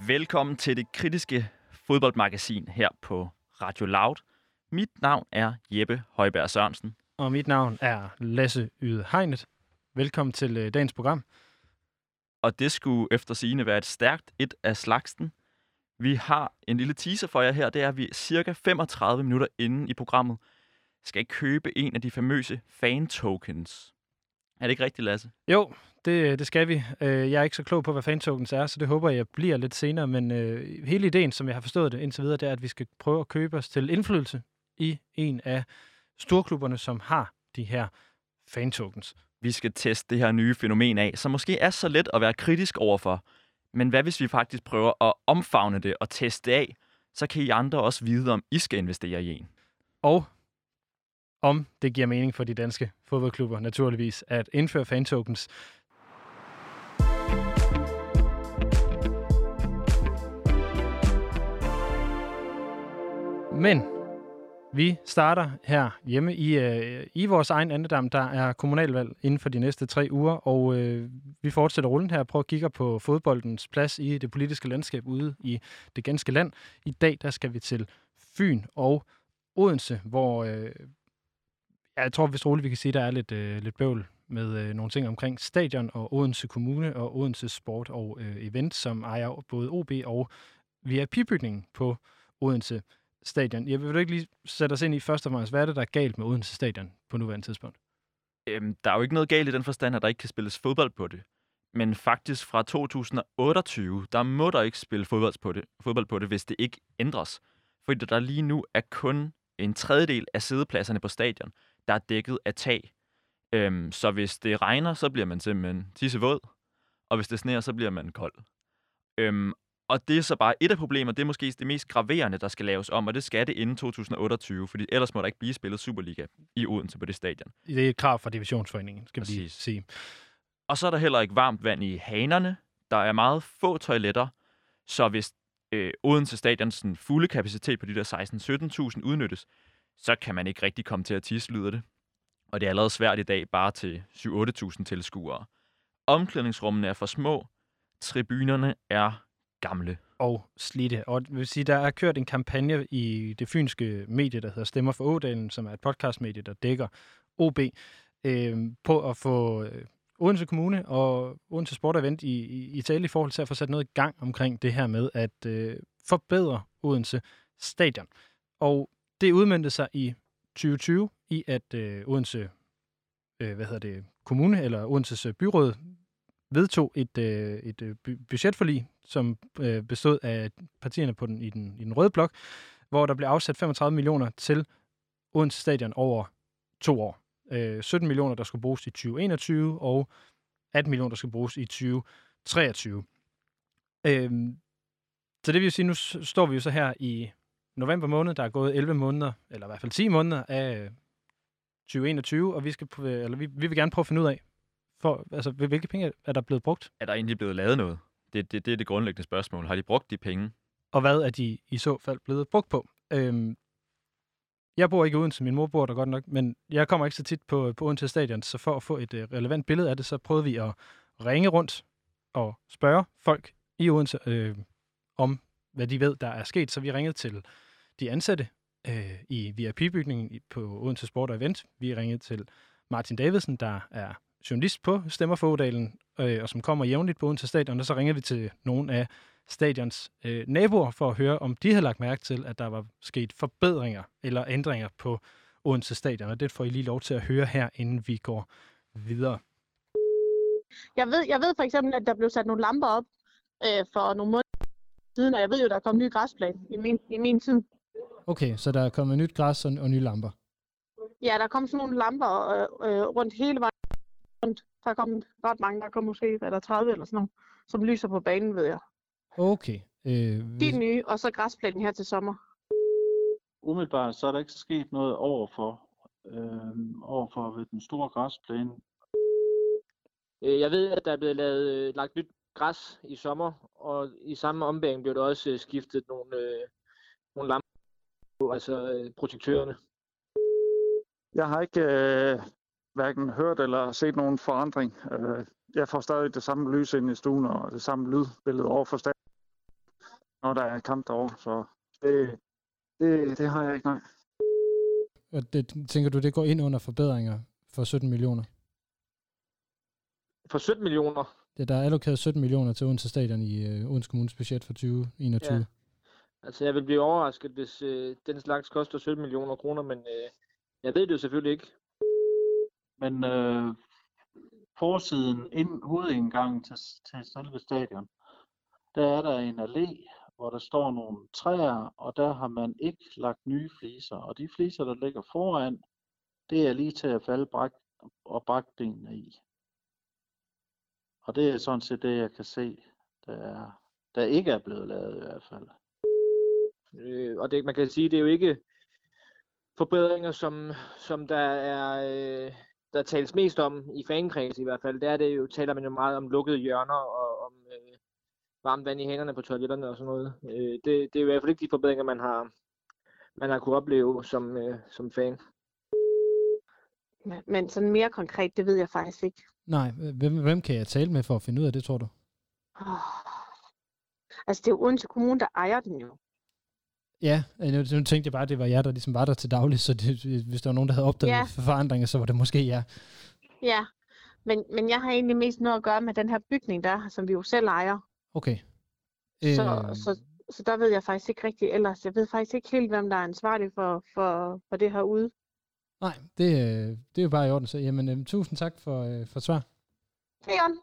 Velkommen til det kritiske fodboldmagasin her på Radio Loud. Mit navn er Jeppe Højberg Sørensen. Og mit navn er Lasse Yde Hegnet. Velkommen til dagens program. Og det skulle efter sigende være et stærkt et af slagsen. Vi har en lille teaser for jer her. Det er, at vi cirka 35 minutter inde i programmet skal købe en af de famøse fan-tokens. Er det ikke rigtigt, Lasse? Jo, det skal vi. Jeg er ikke så klog på, hvad fan-tokens er, så det håber jeg bliver lidt senere. Men hele ideen, som jeg har forstået det indtil videre, det er, at vi skal prøve at købe os til indflydelse i en af storklubberne, som har de her fan-tokens. Vi skal teste det her nye fænomen af, som måske er så let at være kritisk overfor. Men hvad hvis vi faktisk prøver at omfavne det og teste af, så kan I andre også vide, om I skal investere i en. Og om det giver mening for de danske fodboldklubber, naturligvis, at indføre fan-tokens. Men vi starter her hjemme i vores egen andedam. Der er kommunalvalg inden for de næste 3 uger, og vi fortsætter rullen her og prøver at kigge på fodboldens plads i det politiske landskab ude i det ganske land. I dag der skal vi til Fyn og Odense, hvor jeg tror vist roligt, vi kan sige, der er lidt bøvl med nogle ting omkring stadion og Odense Kommune og Odense Sport og Event, som ejer både OB og VIP-bygningen på Odense Stadion. Jeg vil du ikke lige sætte os ind i først og fremmest, hvad er det, der er galt med Odense Stadion på nuværende tidspunkt? Der er jo ikke noget galt i den forstand, at der ikke kan spilles fodbold på det. Men faktisk fra 2028, der må der ikke spille fodbold på det, hvis det ikke ændres. Fordi der lige nu er kun en tredjedel af siddepladserne på stadion, der er dækket af tag. Så hvis det regner, så bliver man simpelthen tissevåd. Og hvis det sneer, så bliver man kold. Og det er så bare et af problemerne. Det er måske det mest graverende, der skal laves om, og det skal det inden 2028, fordi ellers må der ikke blive spillet Superliga i Odense på det stadion. Det er et krav fra divisionsforeningen, skal vi lige sige. Og så er der heller ikke varmt vand i hanerne. Der er meget få toiletter, så hvis Odense Stadions fulde kapacitet på de der 16-17.000 udnyttes, så kan man ikke rigtig komme til at tisse, lyder det. Og det er allerede svært i dag bare til 7-8.000 tilskuere. Omklædningsrummene er for små. Tribunerne er gamle. Og slidte. Og det vil sige, der er kørt en kampagne i det fynske medie, der hedder Stemmer for Ådalen, som er et podcastmedie, der dækker OB, på at få Odense Kommune og Odense Sport Event i tale i forhold til at få sat noget i gang omkring det her med at forbedre Odense Stadion. Og det udmøntede sig i 2020 i, at Odense Kommune eller Odenses byråd vedtog et budgetforlig, som bestod af partierne i den røde blok, hvor der blev afsat 35 millioner til Odense Stadion over 2 år. 17 millioner, der skulle bruges i 2021, og 18 millioner, der skal bruges i 2023. Så det vil sige, nu står vi jo så her i november måned, der er gået 11 måneder, eller i hvert fald 10 måneder af 2021, og vi vil gerne prøve at finde ud af, hvilke penge er der blevet brugt? Er der egentlig blevet lavet noget? Det er det grundlæggende spørgsmål. Har de brugt de penge? Og hvad er de i så fald blevet brugt på? Jeg bor ikke i Odense, min mor bor der godt nok, men jeg kommer ikke så tit på Odense Stadion, så for at få et relevant billede af det, så prøvede vi at ringe rundt og spørge folk i Odense om, hvad de ved, der er sket. Så vi ringede til de ansatte i VIP-bygningen på Odense Sport og Event. Vi ringede til Martin Davidsen, der er journalist på Stemmer for Ådalen, og som kommer jævnligt på Odense Stadion, og så ringede vi til nogle af stadions naboer for at høre, om de havde lagt mærke til, at der var sket forbedringer eller ændringer på Odense Stadion, og det får I lige lov til at høre her, inden vi går videre. Jeg ved for eksempel, at der blev sat nogle lamper op for nogle måneder siden, og jeg ved jo, der er kommet ny græsplæne i min tid. Okay, så der er kommet nyt græs og nye lamper? Ja, der kom sådan nogle lamper rundt hele vejen. Der er kommet ret mange, der kommer måske 30 eller sådan noget, som lyser på banen, ved jeg. Okay. De er nye, og så græsplænen her til sommer. Umiddelbart så er der ikke sket noget overfor ved den store græsplæne. Jeg ved, at der er blevet lagt nyt græs i sommer, og i samme ombæring blev der også skiftet nogle lamper på, altså projektørerne. Jeg har ikke hverken hørt eller set nogen forandring. Jeg får stadig det samme lys ind i stuen og det samme lydbillede over for stadion. når der er kamp derovre, så det har jeg ikke, nej. Og det, tænker du, det går ind under forbedringer for 17 millioner? For 17 millioner? Der er allokeret 17 millioner til Odense Stadion i Odense Kommunes budget for 2021. Ja. Altså, jeg vil blive overrasket, hvis den slags koster 17 millioner kroner, men jeg ved det jo selvfølgelig ikke. Men forsiden, hovedindgangen til selve stadion, der er der en allé, hvor der står nogle træer, og der har man ikke lagt nye fliser. Og de fliser, der ligger foran, det er lige til at falde brakbenene i. Og det er sådan set det, jeg kan se, der ikke er blevet lavet i hvert fald. Og det, man kan sige, det er jo ikke forbedringer, som der tales mest om i fankreds i hvert fald. Der er det jo, taler man jo meget om lukkede hjørner og om varmt vand i hænderne på toiletterne og sådan noget. Det er jo i hvert fald ikke de forbedringer, man har kunne opleve som fan. Men sådan mere konkret, det ved jeg faktisk ikke. Nej, hvem kan jeg tale med for at finde ud af det, tror du? Altså, det er jo Odense Kommune, der ejer den jo. Ja, nu tænkte jeg bare, at det var jer, der ligesom var der til daglig, så hvis der var nogen, der havde opdaget forandringer, så var det måske jer. Ja, men jeg har egentlig mest noget at gøre med den her bygning der, som vi jo selv ejer. Okay. Så der ved jeg faktisk ikke rigtig ellers. Jeg ved faktisk ikke helt, hvem der er ansvarlig for det her ude. Nej, det er jo bare i orden. Så jamen, tusind tak for svar. Hej, Jon.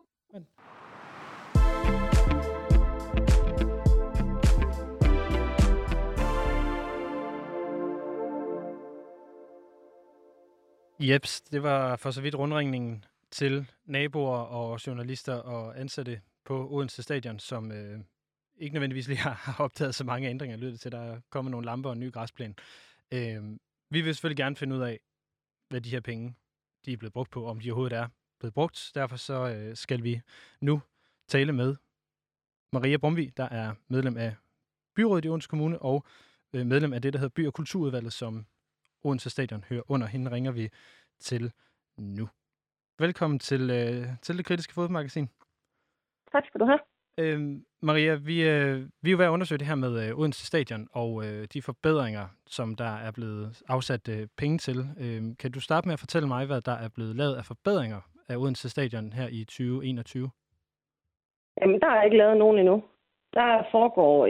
Jeps, det var for så vidt rundringningen til naboer og journalister og ansatte på Odense Stadion, som ikke nødvendigvis lige har optaget så mange ændringer, lyder det til, der er kommet nogle lamper og en ny græsplæne. Vi vil selvfølgelig gerne finde ud af, hvad de her penge de er blevet brugt på, om de overhovedet er blevet brugt. Derfor så skal vi nu tale med Maria Brumvig, der er medlem af byrådet i Odense Kommune og medlem af det, der hedder By- og Kulturudvalget, som Odense Stadion hører under. Hende ringer vi til nu. Velkommen til Det Kritiske Fodboldmagasin. Tak skal du have. Maria, vi er jo ved at undersøge det her med Odense Stadion og de forbedringer, som der er blevet afsat penge til. Kan du starte med at fortælle mig, hvad der er blevet lavet af forbedringer af Odense Stadion her i 2021? Jamen, der er ikke lavet nogen endnu. Der foregår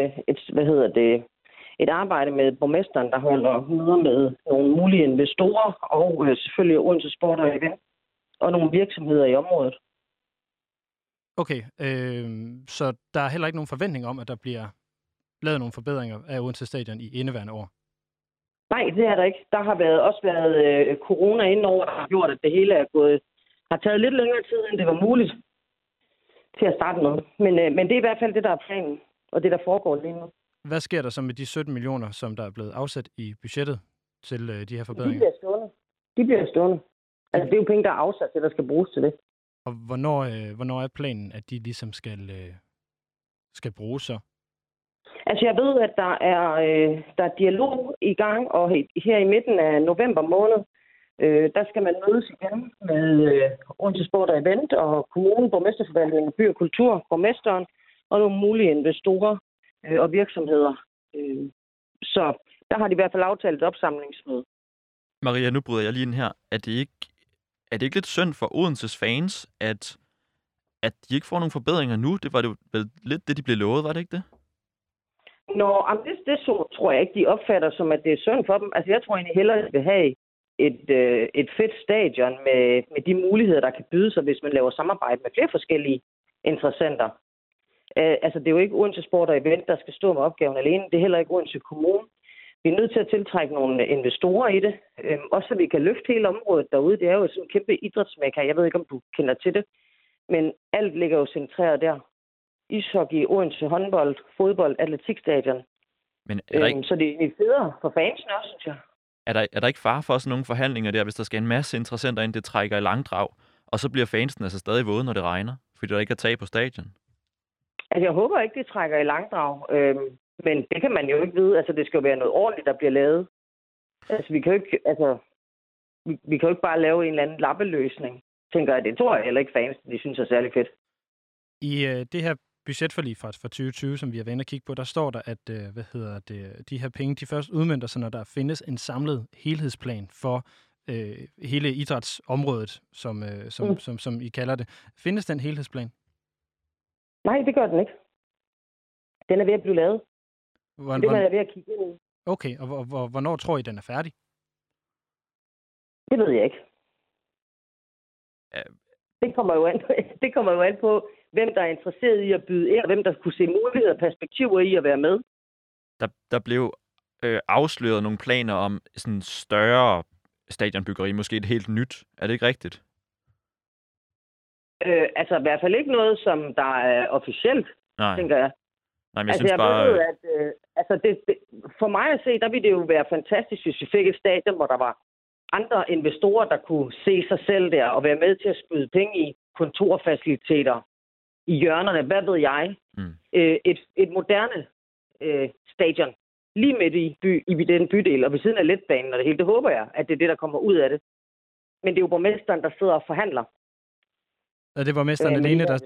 et arbejde med borgmesteren, der holder møder med nogle mulige investorer og selvfølgelig Odense Sport og Event og nogle virksomheder i området. Okay, så der er heller ikke nogen forventning om, at der bliver lavet nogle forbedringer af Odense Stadion i indeværende år? Nej, det er der ikke. Der har også været corona indenover, der har gjort, at det hele har taget lidt længere tid, end det var muligt til at starte med. Men det er i hvert fald det, der er planen, og det, der foregår lige nu. Hvad sker der så med de 17 millioner, som der er blevet afsat i budgettet til de her forbedringer? De bliver stående. Altså, det er jo penge, der er afsat til, der skal bruges til det. Og hvornår er planen, at de ligesom skal bruges så? Altså, jeg ved, at der er dialog i gang, og her i midten af november måned, der skal man mødes igen med Odense Sport og Event og kommunen, borgmesterforvaltningen, By og Kultur, borgmesteren og nogle mulige investorer og virksomheder. Så der har de i hvert fald aftalt et opsamlingsmøde. Maria, nu bryder jeg lige ind her. Er det ikke lidt synd for Odenses fans, at de ikke får nogle forbedringer nu? Det var det vel lidt det, de blev lovet, var det ikke det? Det tror jeg ikke, de opfatter som, at det er synd for dem. Altså, jeg tror egentlig hellere, at de vil have et fedt stadion med de muligheder, der kan byde sig, hvis man laver samarbejde med flere forskellige interessenter. Altså, det er jo ikke Odense Sport og Event, der skal stå med opgaven alene. Det er heller ikke Odense Kommune. Vi er nødt til at tiltrække nogle investorer i det, også så vi kan løfte hele området derude. Det er jo sådan en kæmpe idrætsmekka. Jeg ved ikke, om du kender til det, men alt ligger jo centreret der. Ishockey, Odense, håndbold, fodbold, atletikstadion. Men er der ikke... Så det er federe for fansene også, synes jeg. Er der ikke fare for sådan nogle forhandlinger der, hvis der skal en masse interessenter ind, det trækker i langdrag, og så bliver fansene altså stadig våde, når det regner, fordi der ikke er tag på stadion? Altså, jeg håber ikke, det trækker i langdrag. Men det kan man jo ikke vide. Altså, det skal jo være noget ordentligt, der bliver lavet. Altså, vi kan jo ikke bare lave en eller anden lappeløsning. Tænker jeg, det tror jeg heller ikke fans, de synes er særlig fedt. I det her budgetforlig fra 2020, som vi har været inde og kigge på, der står der, at de her penge, de først udmønter sig, når der findes en samlet helhedsplan for hele idrætsområdet, som I kalder det. Findes den helhedsplan? Nej, det gør den ikke. Den er ved at blive lavet. Det er jeg ved at kigge ind i. Okay, og hvornår tror I, den er færdig? Det ved jeg ikke. Det kommer jo an på, hvem der er interesseret i at byde ind, og hvem der kunne se muligheder og perspektiver i at være med. Der blev afsløret nogle planer om sådan større stadionbyggeri, måske et helt nyt. Er det ikke rigtigt? Altså i hvert fald ikke noget, som der er officielt, tænker jeg. Nej, men jeg synes bare... Ved, at, for mig at se, der ville det jo være fantastisk, hvis vi fik et stadion, hvor der var andre investorer, der kunne se sig selv der og være med til at spyde penge i kontorfaciliteter, i hjørnerne, hvad ved jeg. Et moderne stadion, lige midt i den bydel, og ved siden af letbanen og det hele. Det håber jeg, at det er det, der kommer ud af det. Men det er jo borgmesteren, der sidder og forhandler. Er det borgmesteren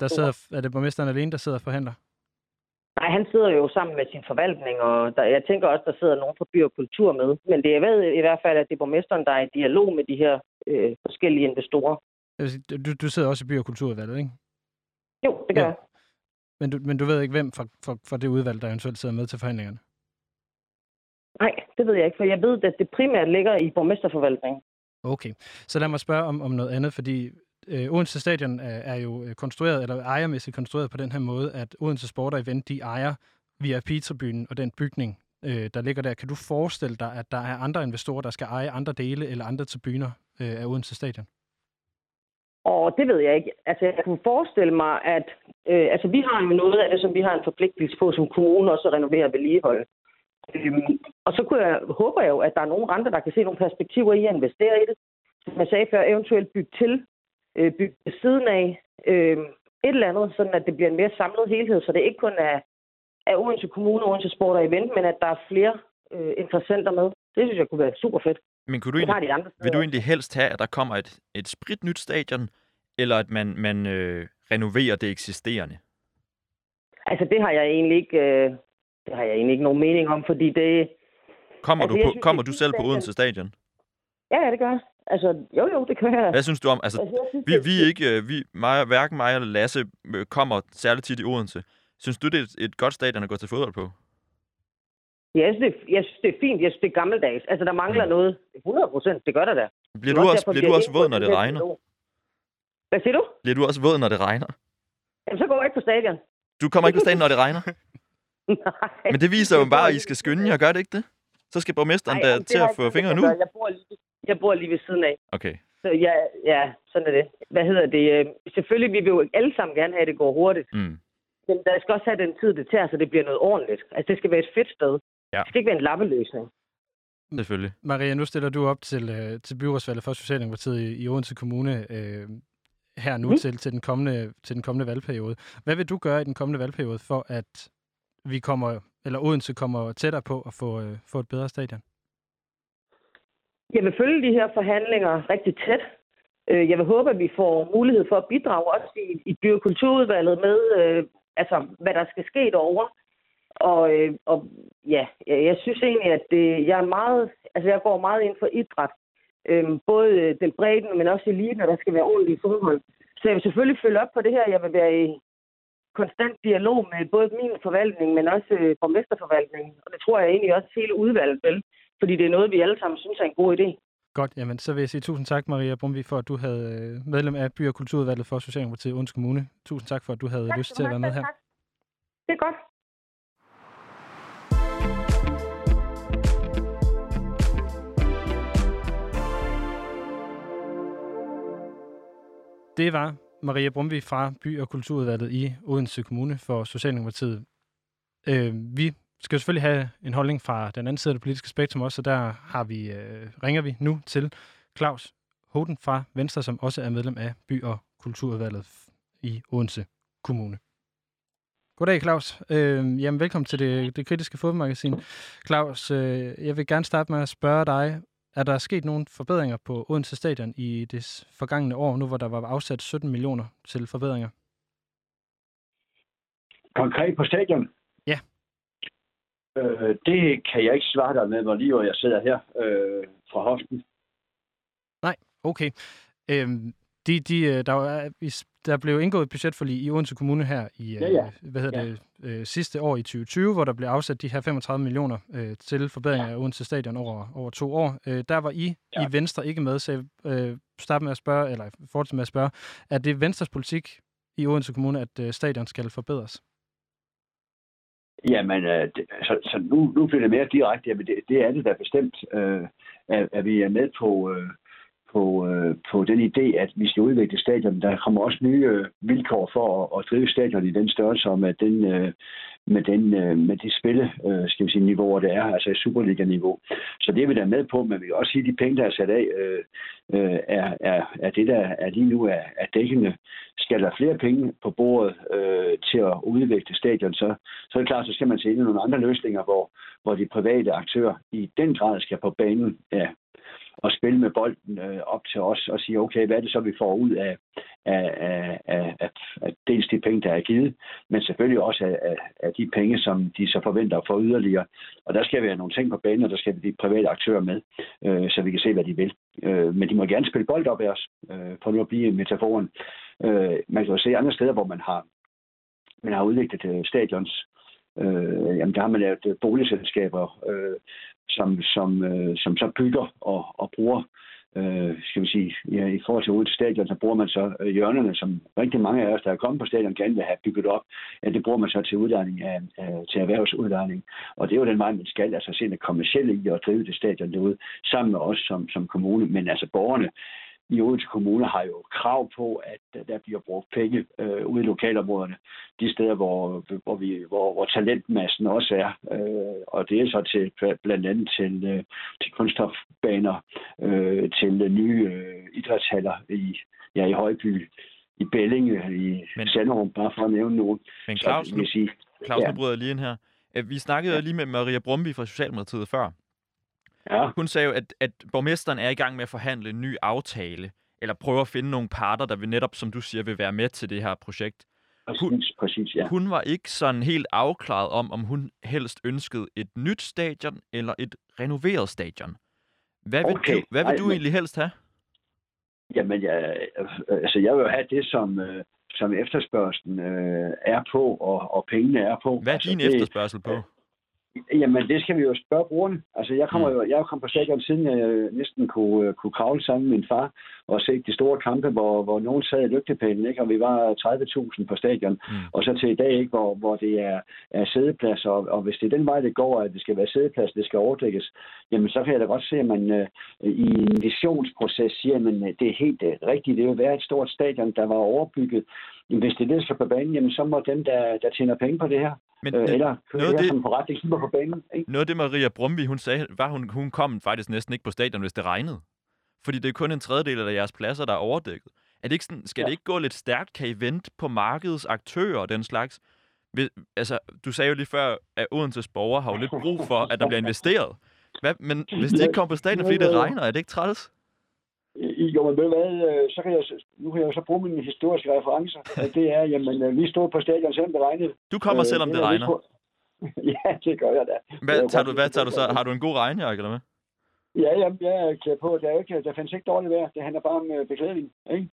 alene, der sidder og forhandler? Nej, han sidder jo sammen med sin forvaltning, og jeg tænker også, der sidder nogen fra By og Kultur med. Men det er i hvert fald, at det er borgmesteren, der er i dialog med de her forskellige investorer. Du sidder også i By og Kulturudvalget, ikke? Jo, det gør jeg. Men du ved ikke, hvem fra det udvalg, der eventuelt sidder med til forhandlingerne? Nej, det ved jeg ikke, for jeg ved, at det primært ligger i borgmesterforvaltningen. Okay, så lad mig spørge om noget andet, fordi Odense Stadion er jo konstrueret, eller ejermæssigt konstrueret på den her måde, at Odense Sport og Event, de ejer VIP-tribunen og den bygning, der ligger der. Kan du forestille dig, at der er andre investorer, der skal eje andre dele eller andre tribuner af Odense Stadion? Det ved jeg ikke. Altså, jeg kunne forestille mig, at vi har jo noget af det, som vi har en forpligtelse på som kommune, også at renovere og vedligeholde. Og så håber jeg jo, at der er nogle andre, der kan se nogle perspektiver i at investere i det. Som jeg sagde før, eventuelt bygge ved siden af et eller andet, sådan at det bliver en mere samlet helhed, så det ikke kun er Odense Kommune, Odense Sport og Event, men at der er flere interessenter med. Det synes jeg kunne være super fedt. Men vil du egentlig helst have, at der kommer et spritnyt stadion, eller at man renoverer det eksisterende? Altså, det har jeg egentlig ikke nogen mening om, fordi det... Kommer du selv på Odense Stadion? Ja, det gør jeg. Altså, jo, det gør jeg. Hvad synes du om? Altså, hverken mig eller Lasse kommer særligt tit i Odense. Synes du, det er et godt stadion at gå til fodbold på? Ja, jeg synes, det er fint. Jeg synes, det er gammeldags. Altså, der mangler noget. 100%, det gør der da. Bliver du også våd, når det regner? Hvad siger du? Bliver du også våd, når det regner? Jamen, så går jeg ikke på stadion. Du kommer ikke på stadion, når det regner? Nej. Men det viser jo bare, at I skal skynde jer, gør det ikke det? Så skal borgmesteren til at få fingrene ud. Jeg bor lige ved siden af. Okay. Så ja, sådan er det. Selvfølgelig, vi vil jo alle sammen gerne have, at det går hurtigt. Men der skal også have den tid, det tager, så det bliver noget ordentligt. Altså, det skal være et fedt sted. Ja. Det skal ikke være en lappeløsning. Selvfølgelig. Maria, nu stiller du op til byrådsvalget for Socialdemokratiet i Odense Kommune her nu til den kommende valgperiode. Hvad vil du gøre i den kommende valgperiode for, at Odense kommer tættere på at få et bedre stadion? Jeg vil følge de her forhandlinger rigtig tæt. Jeg vil håbe, at vi får mulighed for at bidrage også i By- og Kulturudvalget med, hvad der skal ske derovre. Og jeg synes egentlig, at jeg går meget ind for idræt. Både den bredden, men også eliten, og der skal være ordentlige forhold. Så jeg vil selvfølgelig følge op på det her. Jeg vil være i konstant dialog med både min forvaltning, men også borgmesterforvaltningen. Og det tror jeg egentlig også hele udvalget vil. Fordi det er noget, vi alle sammen synes er en god idé. Godt, jamen så vil jeg sige tusind tak, Maria Brumvig, for at du havde medlem af By- og Kulturudvalget for Socialdemokratiet i Odense Kommune. Tusind tak for, at du havde lyst til at være med her. Det er godt. Det var Maria Brumvig fra By- og Kulturudvalget i Odense Kommune for Socialdemokratiet. Vi skal selvfølgelig have en holdning fra den anden side af det politiske spektrum også, så der ringer vi nu til Claus Hoden fra Venstre, som også er medlem af By- og Kulturudvalget i Odense Kommune. Goddag, Claus. Velkommen til det kritiske fodboldmagasin. Claus, jeg vil gerne starte med at spørge dig, er der sket nogle forbedringer på Odense Stadion i det forgangne år, nu hvor der var afsat 17 millioner til forbedringer? Konkret på stadion? Ja. Det kan jeg ikke svare dig med, hvor lige jeg sidder her fra hoften. Nej, okay. Der blev indgået et budgetforlig i Odense Kommune her i sidste år i 2020, hvor der blev afsat de her 35 millioner til forbedring af Odense Stadion over 2 år. Der var I Venstre ikke med, så jeg fortsætte med at spørge, er det Venstres politik i Odense Kommune, at stadion skal forbedres? Jamen, så nu bliver det mere direkte. Jamen, det er det da bestemt, at vi er med på den idé, at vi skal udvikle stadion. Der kommer også nye vilkår for at drive stadion i den størrelse, og med de niveauer, der er, altså i Superliga-niveau. Så det er vi da med på, men vi kan også sige, at de penge, der er sat af, er det, der er lige nu er dækkende. Skal der flere penge på bordet til at udvikle stadion, så er det klart, så skal man se ind i nogle andre løsninger, hvor de private aktører i den grad skal på banen, og spille med bolden op til os og sige, okay, hvad er det så, vi får ud af dels de penge, der er givet, men selvfølgelig også af de penge, som de så forventer at få yderligere. Og der skal vi have nogle ting på banen, og der skal vi de private aktører med, så vi kan se, hvad de vil. Men de må gerne spille bold op af os, for nu at blive metaforen. Man kan jo se andre steder, hvor man har udviklet stadions. Jamen, der har man lavet boligselskaber, som så bygger og bruger, i forhold til Odense Stadion, så bruger man så hjørnerne, som rigtig mange af os, der er kommet på stadion, gerne vil have bygget op. Ja, det bruger man så til udlejning til erhvervsudlejning. Og det er jo den vej, man skal altså se det kommercielle i at drive det stadion derude, sammen med os som kommune. Men altså borgerne i Odense Kommune har jo krav på, at der bliver brugt penge ude i lokalområderne. De steder, hvor talentmassen også er. Og det er så til blandt andet til kunststofbaner, til nye idrætshaller i Højby, i Bellinge, i Sanderum, bare for at nævne nogen. Men Claus, nu bryder jeg lige ind her. Vi snakkede lige med Maria Brumby fra Socialdemokratiet før. Ja. Hun sagde jo, at borgmesteren er i gang med at forhandle en ny aftale, eller prøve at finde nogle parter, der vil netop, som du siger, vil være med til det her projekt. Præcis, ja. Hun var ikke sådan helt afklaret om hun helst ønskede et nyt stadion eller et renoveret stadion. Hvad vil du egentlig helst have? Jamen, jeg vil jo have det, som efterspørgselen er på, og pengene er på. Hvad er din efterspørgsel på? Jamen, det skal vi jo spørge brugerne. Altså, jeg er kommet på stadion, siden jeg næsten kunne kravle sammen med min far og se de store kampe, hvor nogen sad i lygtepælen, ikke? Og vi var 30.000 på stadion. Og så til i dag, ikke? Hvor det er sædepladser, og hvis det er den vej, det går, at det skal være sædeplads, det skal overdækkes, jamen, så kan jeg da godt se, at man i en visionsproces siger, at det er helt rigtigt. Det vil være et stort stadion, der var overbygget. Hvis det er det, der skal på banen, jamen, så må dem, der tjener penge på det her, eller som forretningsgiver på banen. Ikke? Noget af det, Maria Brumby, hun sagde, var, hun kom faktisk næsten ikke på stadion, hvis det regnede. Fordi det er kun en tredjedel af jeres pladser, der er overdækket. Er det ikke sådan, skal det ikke gå lidt stærkt? Kan I vente på markedets aktører og den slags? Altså, du sagde jo lige før, at Odenses borgere har jo lidt brug for, at der bliver investeret. Men hvis de ikke kommer på stadion, fordi det regner, er det ikke træls? Jo, men ved du hvad, nu kan jeg jo så bruge mine historiske referencer. Det er, jamen, vi stod på stadion, selvom det regnede. Du kommer, selvom det regner? Ja, det gør jeg da. Hvad tager du så? Har du en god regnjakke, eller hvad? Ja, jamen, jeg er klædt på. Der findes ikke dårligt vejr. Det handler bare om beklædning, ikke?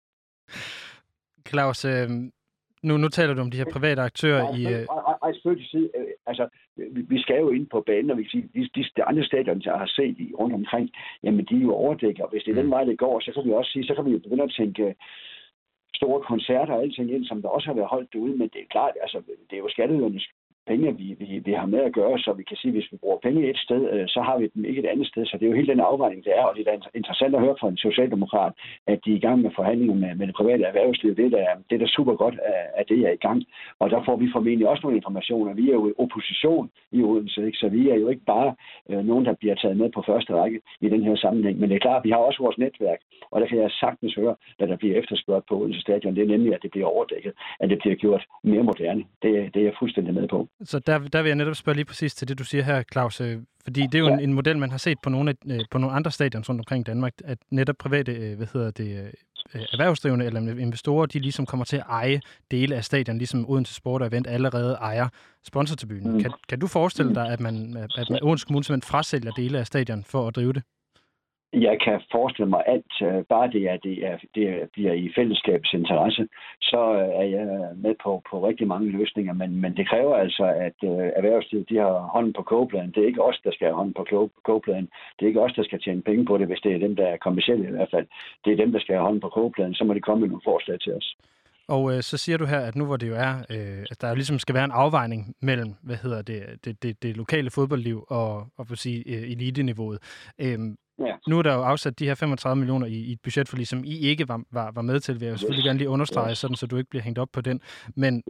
Claus, nu taler du om de her private aktører i... Spøg til side. Altså, vi skal jo ind på banen, og vi kan sige, de andre stadion, jeg har set rundt omkring, jamen, de er jo overdækket, og hvis det er den vej, det går, så kan vi også sige, så kan vi jo begynde at tænke store koncerter og alting ind, som der også har været holdt derude, men det er klart, altså, det er jo skatteydernes penge, vi har med at gøre, så vi kan sige, at hvis vi bruger penge et sted, så har vi dem ikke et andet sted. Så det er jo helt den afvejning, det er, og det er interessant at høre fra en socialdemokrat, at de er i gang med forhandlinger med det private erhvervsliv. Det er da super godt, at det er i gang. Og der får vi formentlig også nogle informationer. Vi er jo i opposition i Odense, ikke? Så vi er jo ikke bare nogen, der bliver taget med på første række i den her sammenhæng. Men det er klart, vi har også vores netværk, og der kan jeg sagtens høre, at der bliver efterspørgt på Odense Stadion. Det er nemlig, at det bliver overdækket, at det bliver gjort mere moderne. Det er jeg fuldstændig med på. Så der vil jeg netop spørge lige præcis til det, du siger her, Claus. Fordi det er jo en model, man har set på nogle andre stadions rundt omkring Danmark, at netop private erhvervsdrivende eller investorer, de ligesom kommer til at eje dele af stadion, ligesom Odense Sport og Event allerede ejer sponsortribunen. Kan du forestille dig, at Odense Kommune simpelthen frasælger dele af stadion for at drive det? Jeg kan forestille mig alt, bare det bliver i fællesskabets interesse, så er jeg med på rigtig mange løsninger, men det kræver altså, at erhvervslivet de har hånden på kogepladen. Det er ikke os, der skal have hånden på kogepladen. Det er ikke os, der skal tjene penge på det, hvis det er dem, der er kommercielle i hvert fald. Det er dem, der skal have hånden på kogepladen, så må de komme med nogle forslag til os. Og så siger du her, at nu hvor det jo er, at der ligesom skal være en afvejning mellem, det lokale fodboldliv og for at sige, eliteniveauet. Ja. Nu er der jo afsat de her 35 millioner i et budgetforlig, som I ikke var med til, vil jeg selvfølgelig gerne lige understrege, sådan så du ikke bliver hængt op på den. Men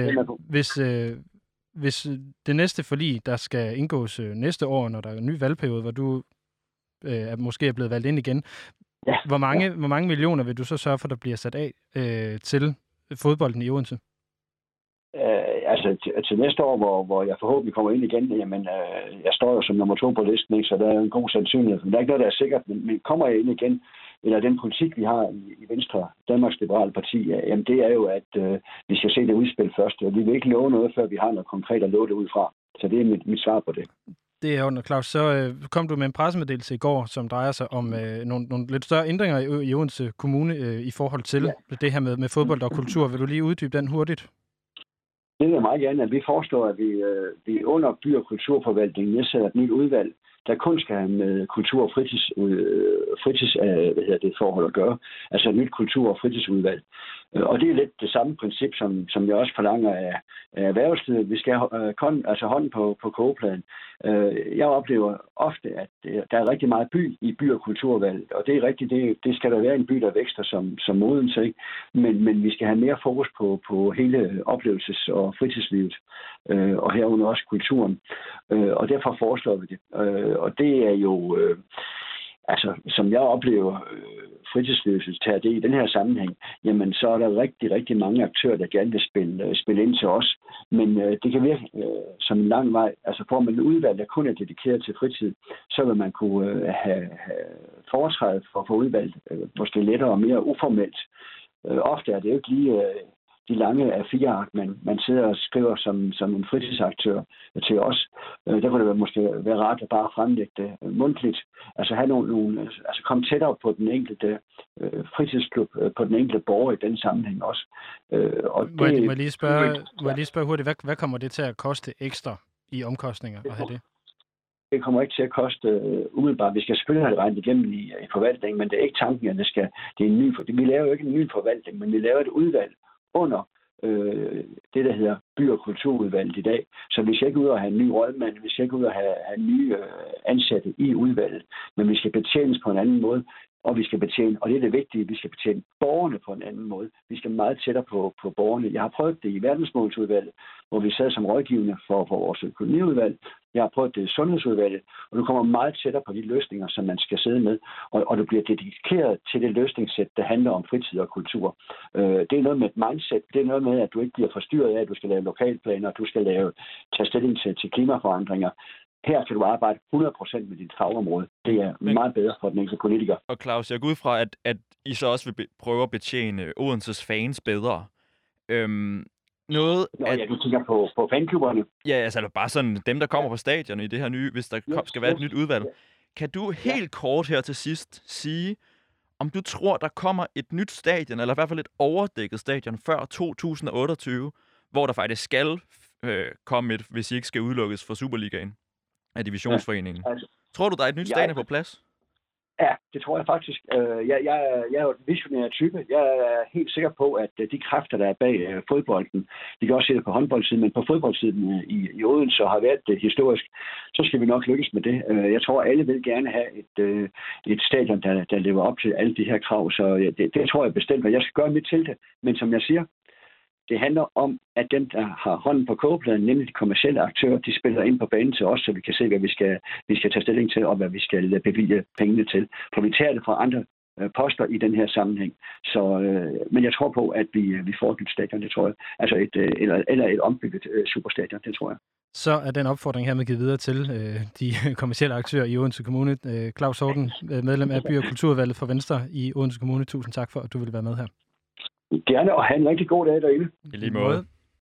hvis det næste forlig, der skal indgås næste år, når der er en ny valgperiode, hvor du måske er blevet valgt ind igen, hvor mange millioner vil du så sørge for, der bliver sat af til fodbolden i Odense? Til næste år, hvor jeg forhåbentlig kommer ind igen, jamen, jeg står jo som nummer 2 på listen, ikke? Så der er en god sandsynlighed. Men der er ikke noget, der er sikkert, men kommer jeg ind igen, eller den politik, vi har i Venstre, Danmarks Liberale Parti, jamen det er jo, at vi skal se det udspil først. Vi vil ikke love noget, før vi har noget konkret at love det ud fra. Så det er mit svar på det. Det er jo, Claus. Så kom du med en pressemeddelelse i går, som drejer sig om nogle lidt større ændringer i Odense Kommune i forhold til det her med fodbold og kultur. Vil du lige uddybe den hurtigt? Det vil jeg meget gerne, at vi foreslår, at vi under by- og kulturforvaltningen nedsætter et nyt udvalg, der kun skal have med kultur- og forhold at gøre. Altså et nyt kultur- og fritidsudvalg. Og det er lidt det samme princip, som jeg også forlanger af erhvervslivet. Vi skal have hånden på kogepladen. Jeg oplever ofte, at der er rigtig meget by- og kulturvalg, og det er rigtigt, det skal der være en by, der vækster som Odense, ikke? Men vi skal have mere fokus på hele oplevelses- og fritidslivet, og herunder også kulturen. Og derfor foreslår vi det. Og det er jo, som jeg oplever fritidslivet tager det i den her sammenhæng, jamen så er der rigtig, rigtig mange aktører, der gerne vil spille ind til os. Men det kan virke som en lang vej. Altså får man et udvalg, der kun er dedikeret til fritid, så vil man kunne have foretræde for at få udvalgt måske lettere og mere uformelt. Ofte er det jo ikke lige de lange A4-ark, man sidder og skriver som en fritidsaktør til os. Der kunne det måske være rart at bare fremlægge det mundtligt. Altså have komme tættere på den enkelte fritidsklub, på den enkelte borger i den sammenhæng også. Må jeg lige spørge hurtigt, hvad kommer det til at koste ekstra i omkostninger at have det? Det kommer ikke til at koste umiddelbart. Vi skal selvfølgelig have det regnet igennem i forvaltningen, men det er ikke tanken, at det er en ny. Vi laver jo ikke en ny forvaltning, men vi laver et udvalg under det, der hedder by- og kulturudvalget i dag. Så vi skal ikke ud og have en ny rådmand, vi skal ikke ud og have nye ansatte i udvalget, men vi skal betjenes på en anden måde, og vi skal betjene, og det er det vigtige, vi skal betjene borgerne på en anden måde. Vi skal meget tættere på borgerne. Jeg har prøvet det i verdensmålsudvalget, hvor vi sad som rådgivende for vores økonomiudvalg. Jeg har prøvet det i sundhedsudvalget, og du kommer meget tættere på de løsninger, som man skal sidde med, og du bliver dedikeret til det løsningssæt, der handler om fritid og kultur. Det er noget med et mindset. Det er noget med, at du ikke bliver forstyrret af, at du skal lave lokalplaner, du skal tage stilling til klimaforandringer. Her kan du arbejde 100% med dit fagområde. Det er meget bedre for den enkelte politiker. Og Claus, jeg går ud fra, at I så også vil prøve at betjene Odenses fans bedre. Du tænker på fanklubberne? Ja, altså bare sådan dem, der kommer på stadion i det her nye, hvis der skal være et nyt udvalg. Kan du helt kort her til sidst sige, om du tror, der kommer et nyt stadion, eller i hvert fald et overdækket stadion før 2028, hvor der faktisk skal komme et, hvis I ikke skal udelukkes fra Superligaen af Divisionsforeningen. Ja, tror du, der er et nyt stadion på plads? Ja, det tror jeg faktisk. Jeg er jo en visionær type. Jeg er helt sikker på, at de kræfter, der er bag fodbolden, de kan også se det på håndboldsiden, men på fodboldsiden i Odense har været det historisk, så skal vi nok lykkes med det. Jeg tror, alle vil gerne have et stadion, der lever op til alle de her krav, så det tror jeg bestemt, og jeg skal gøre mit til det. Men som jeg siger, det handler om, at dem, der har hånden på kogepladen, nemlig de kommercielle aktører, de spiller ind på banen til os, så vi kan se, hvad vi skal tage stilling til, og hvad vi skal bevilge pengene til. For vi tager det fra andre poster i den her sammenhæng. Så, men jeg tror på, at vi får et nyt stadion, det tror jeg. Altså et ombygget superstadion, det tror jeg. så er den opfordring hermed givet videre til de kommercielle aktører i Odense Kommune. Claus Horten, medlem af By- og Kulturudvalget for Venstre i Odense Kommune. Tusind tak for, at du ville være med her. Gerne, og have en rigtig god dag derinde. I lige måde.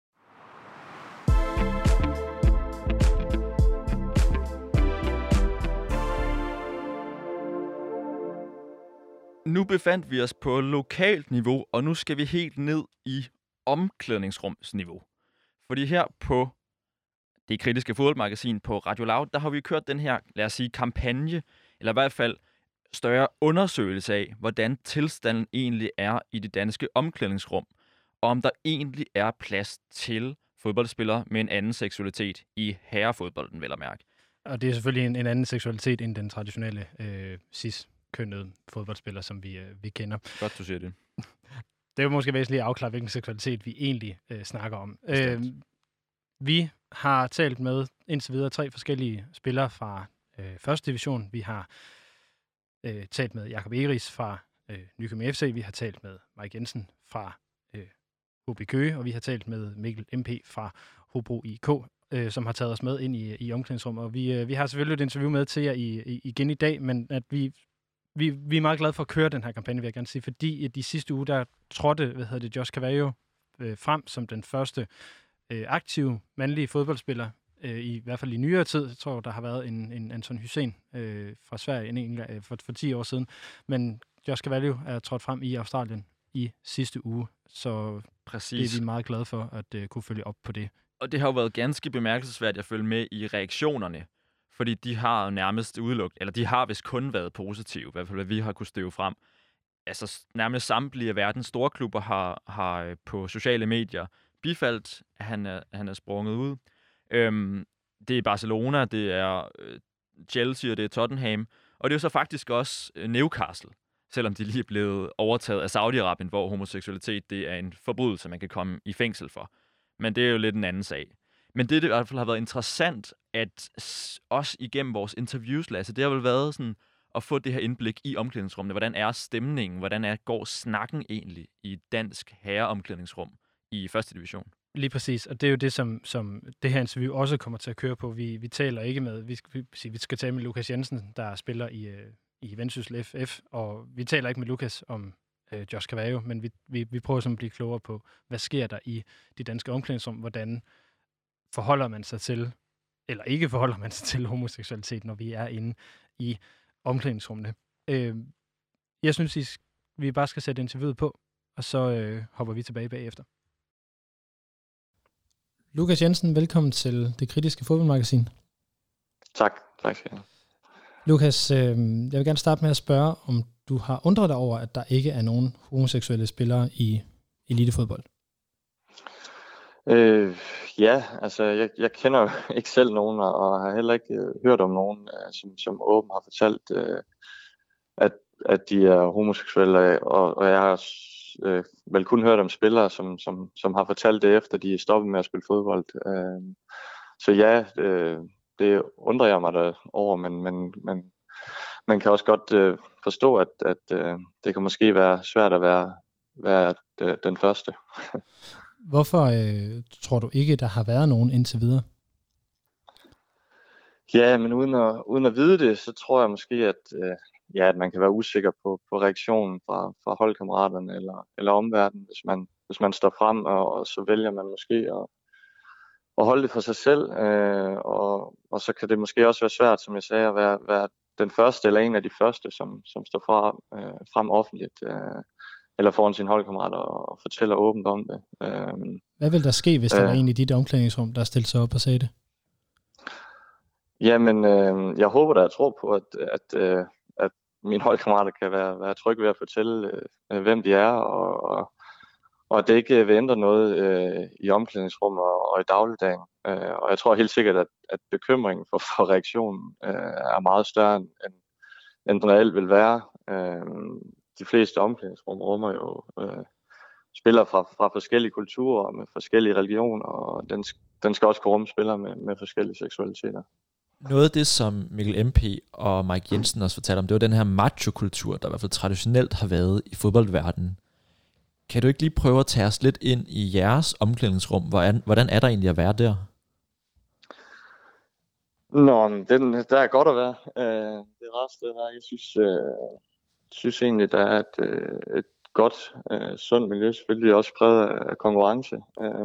Nu befandt vi os på lokalt niveau, og nu skal vi helt ned i omklædningsrumsniveau. Fordi her på Det Kritiske Fodboldmagasin på Radio Loud, der har vi kørt den her, lad os sige, kampagne, eller i hvert fald større undersøgelse af, hvordan tilstanden egentlig er i det danske omklædningsrum, og om der egentlig er plads til fodboldspillere med en anden seksualitet i herrefodbolden, vel at mærke. Og det er selvfølgelig en anden seksualitet end den traditionelle cis-kønnede fodboldspiller, som vi kender. Godt, du siger det. Det er jo måske væsentligt at afklare, hvilken seksualitet vi egentlig snakker om. Vi har talt med indtil videre 3 forskellige spillere fra første division. Vi har talt med Jakob Egeris fra Nykøbing FC, vi har talt med Mike Jensen fra HB Køge, og vi har talt med Mikkel MP fra Hobro IK, som har taget os med ind i omklædningsrummet. Og vi har selvfølgelig et interview med til jer igen i dag, men at vi er meget glade for at køre den her kampagne, vil jeg gerne sige, fordi de sidste uge, der trådte, Josh Cavallo frem som den første aktive mandlige fodboldspiller, i hvert fald i nyere tid. Jeg tror, der har været en Anton Hussein fra Sverige for 10 år siden, men Josh Cavallo er trådt frem i Australien i sidste uge, så præcis. Det er vi meget glade for at kunne følge op på det. Og det har jo været ganske bemærkelsesværdigt at følge med i reaktionerne, fordi de har nærmest udelukket, eller de har vist kun været positive, i hvert fald hvad vi har kunnet støve frem. Altså nærmest samtlige af verdens store klubber har på sociale medier bifaldt, at han er sprunget ud. Det er Barcelona, det er Chelsea og det er Tottenham, og det er jo så faktisk også Newcastle, selvom de lige er blevet overtaget af Saudi-Arabien, hvor homoseksualitet det er en forbrydelse, man kan komme i fængsel for. Men det er jo lidt en anden sag. Men det i hvert fald har været interessant, at også igennem vores interviews, Lasse, det har vel været sådan at få det her indblik i omklædningsrummene. Hvordan er stemningen? Hvordan går snakken egentlig i dansk herreomklædningsrum i første division? Lige præcis, og det er jo det, som det her interview også kommer til at køre på. Vi taler ikke med, vi skal tale med Lukas Jensen, der spiller i Vendsyssel FF, og vi taler ikke med Lukas om Josh Cavallo, men vi prøver sådan at blive klogere på, hvad sker der i de danske omklædningsrum, hvordan forholder man sig til, eller ikke forholder man sig til homoseksualitet, når vi er inde i omklædningsrummene. Jeg synes, vi bare skal sætte interviewet på, og så hopper vi tilbage bagefter. Lukas Jensen, velkommen til Det Kritiske Fodboldmagasin. Tak skal jeg have. Lukas, jeg vil gerne starte med at spørge, om du har undret dig over, at der ikke er nogen homoseksuelle spillere i elitefodbold? Ja, altså jeg kender jo ikke selv nogen, og har heller ikke hørt om nogen, som åbent har fortalt, at de er homoseksuelle, og jeg har vel kun hørt om spillere, som har fortalt det efter, de er stoppet med at spille fodbold. Så ja, det undrer jeg mig da over, men man kan også godt forstå, at det kan måske være svært at være den første. Hvorfor tror du ikke, der har været nogen indtil videre? Ja, men uden at vide det, så tror jeg måske, at man kan være usikker på reaktionen fra holdkammeraterne eller omverdenen, hvis man står frem, og så vælger man måske at holde det for sig selv. Og så kan det måske også være svært, som jeg sagde, at være den første eller en af de første, som står frem offentligt. Eller foran sine holdkammerater og fortæller åbent om det. Hvad vil der ske, hvis der var en i dit omklædningsrum, der stillede sig op og sagde det? Jamen, jeg håber da, jeg tror på, at mine holdkammerater kan være trygge ved at fortælle, hvem de er, og at det ikke vil ændre noget i omklædningsrummet og i dagligdagen. Og jeg tror helt sikkert, at bekymringen for reaktionen er meget større, end den reelt vil være. De fleste omklædningsrum rummer jo spillere fra forskellige kulturer og med forskellige religioner, og den skal også kunne rumme spillere med forskellige seksualiteter. Noget af det, som Mikkel MP og Mike Jensen også fortalte om, det var den her macho-kultur, der i hvert fald traditionelt har været i fodboldverdenen. Kan du ikke lige prøve at tage os lidt ind i jeres omklædningsrum? Hvordan er der egentlig at være der? Nå, der er godt at være. Det er rart sted her. Jeg synes egentlig, der er et godt, sundt miljø. Selvfølgelig også præget af konkurrence.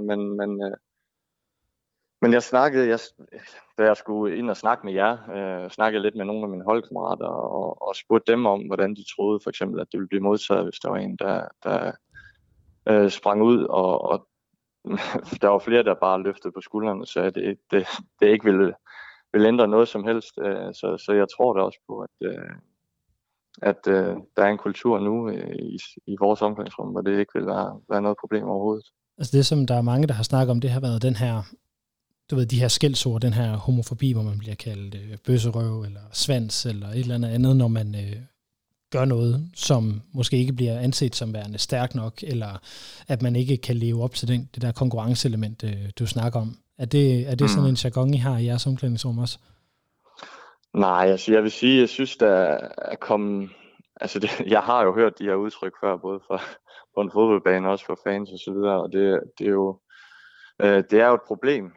Men da jeg skulle ind og snakke med jer, snakkede lidt med nogle af mine holdkammerater og spurgte dem om, hvordan de troede for eksempel, at det ville blive modtaget, hvis der var en, der sprang ud, og der var flere, der bare løftede på skuldrene og sagde, at det ikke ville ændre noget som helst. Så jeg tror da også på, at der er en kultur nu i vores omklædningsrum, hvor det ikke vil være noget problem overhovedet. Altså det, som der er mange, der har snakket om, det har været den her, du ved, de her skældsord, den her homofobi, hvor man bliver kaldt bøsserøv eller svans eller et eller andet, når man gør noget, som måske ikke bliver anset som værende stærk nok, eller at man ikke kan leve op til det der konkurrenceelement, du snakker om. Er det sådan en jargon, I har i jeres omklædningsrum også? Nej, altså jeg vil sige, jeg synes, der er kommet... Altså jeg har jo hørt de her udtryk før, både på en fodboldbane og også for fans og så videre, og det er jo... Det er jo et problem,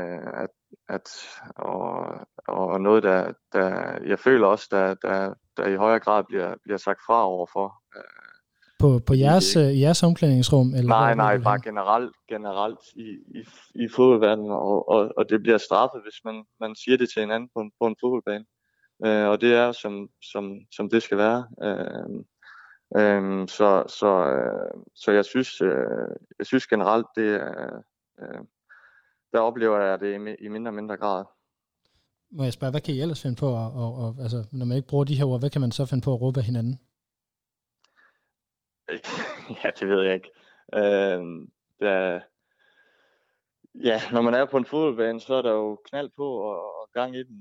og noget, der jeg føler også, der i højere grad bliver sagt fra overfor. På jeres omklædningsrum? Eller nej, bare generelt i fodboldverdenen, og det bliver straffet, hvis man siger det til hinanden på en fodboldbane. Og det er som det skal være. Så jeg synes generelt, det er... Der oplever jeg det i mindre og mindre grad. Må jeg spørge, hvad kan I ellers finde på? Altså, når man ikke bruger de her ord, hvad kan man så finde på at råbe af hinanden? Ja, det ved jeg ikke. Når man er på en fodboldbane, så er der jo knald på og gang i den,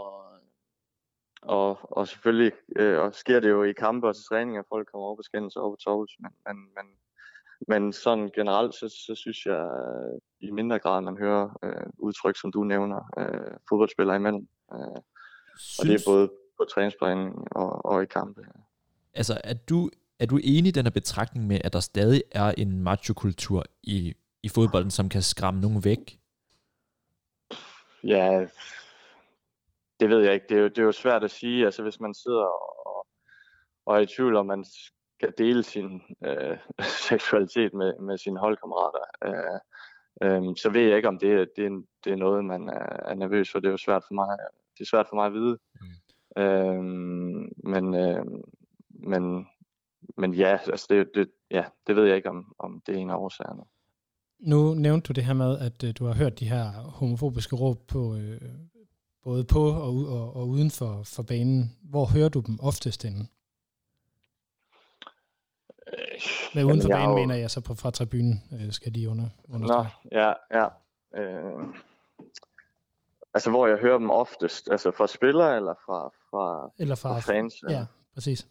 og selvfølgelig sker det jo i kampe og til træning, at folk kommer op og skændes op og tovs, men sådan generelt, så synes jeg i mindre grad, man hører udtryk, som du nævner, fodboldspillere imellem. Og det er både på træningsbanen og i kampe. Altså, er du enig i den her betragtning med, at der stadig er en macho-kultur i fodbolden, som kan skræmme nogen væk? Ja, det ved jeg ikke. Det er jo svært at sige. Altså, hvis man sidder og er i tvivl om, man skal dele sin seksualitet med sine holdkammerater, så ved jeg ikke, om det er noget, man er nervøs for. Det er jo svært for mig. Det er svært for mig at vide. Men ja, altså det ved jeg ikke, om det er en af årsagerne. Nu nævnte du det her med, at du har hørt de her homofobiske råb på, både på og uden for banen. Hvor hører du dem oftest henne? Men uden for banen mener jeg så fra tribunen, skal de understrege. Ja. Altså, hvor jeg hører dem oftest, altså fra spillere eller fra fans? Ja, præcis.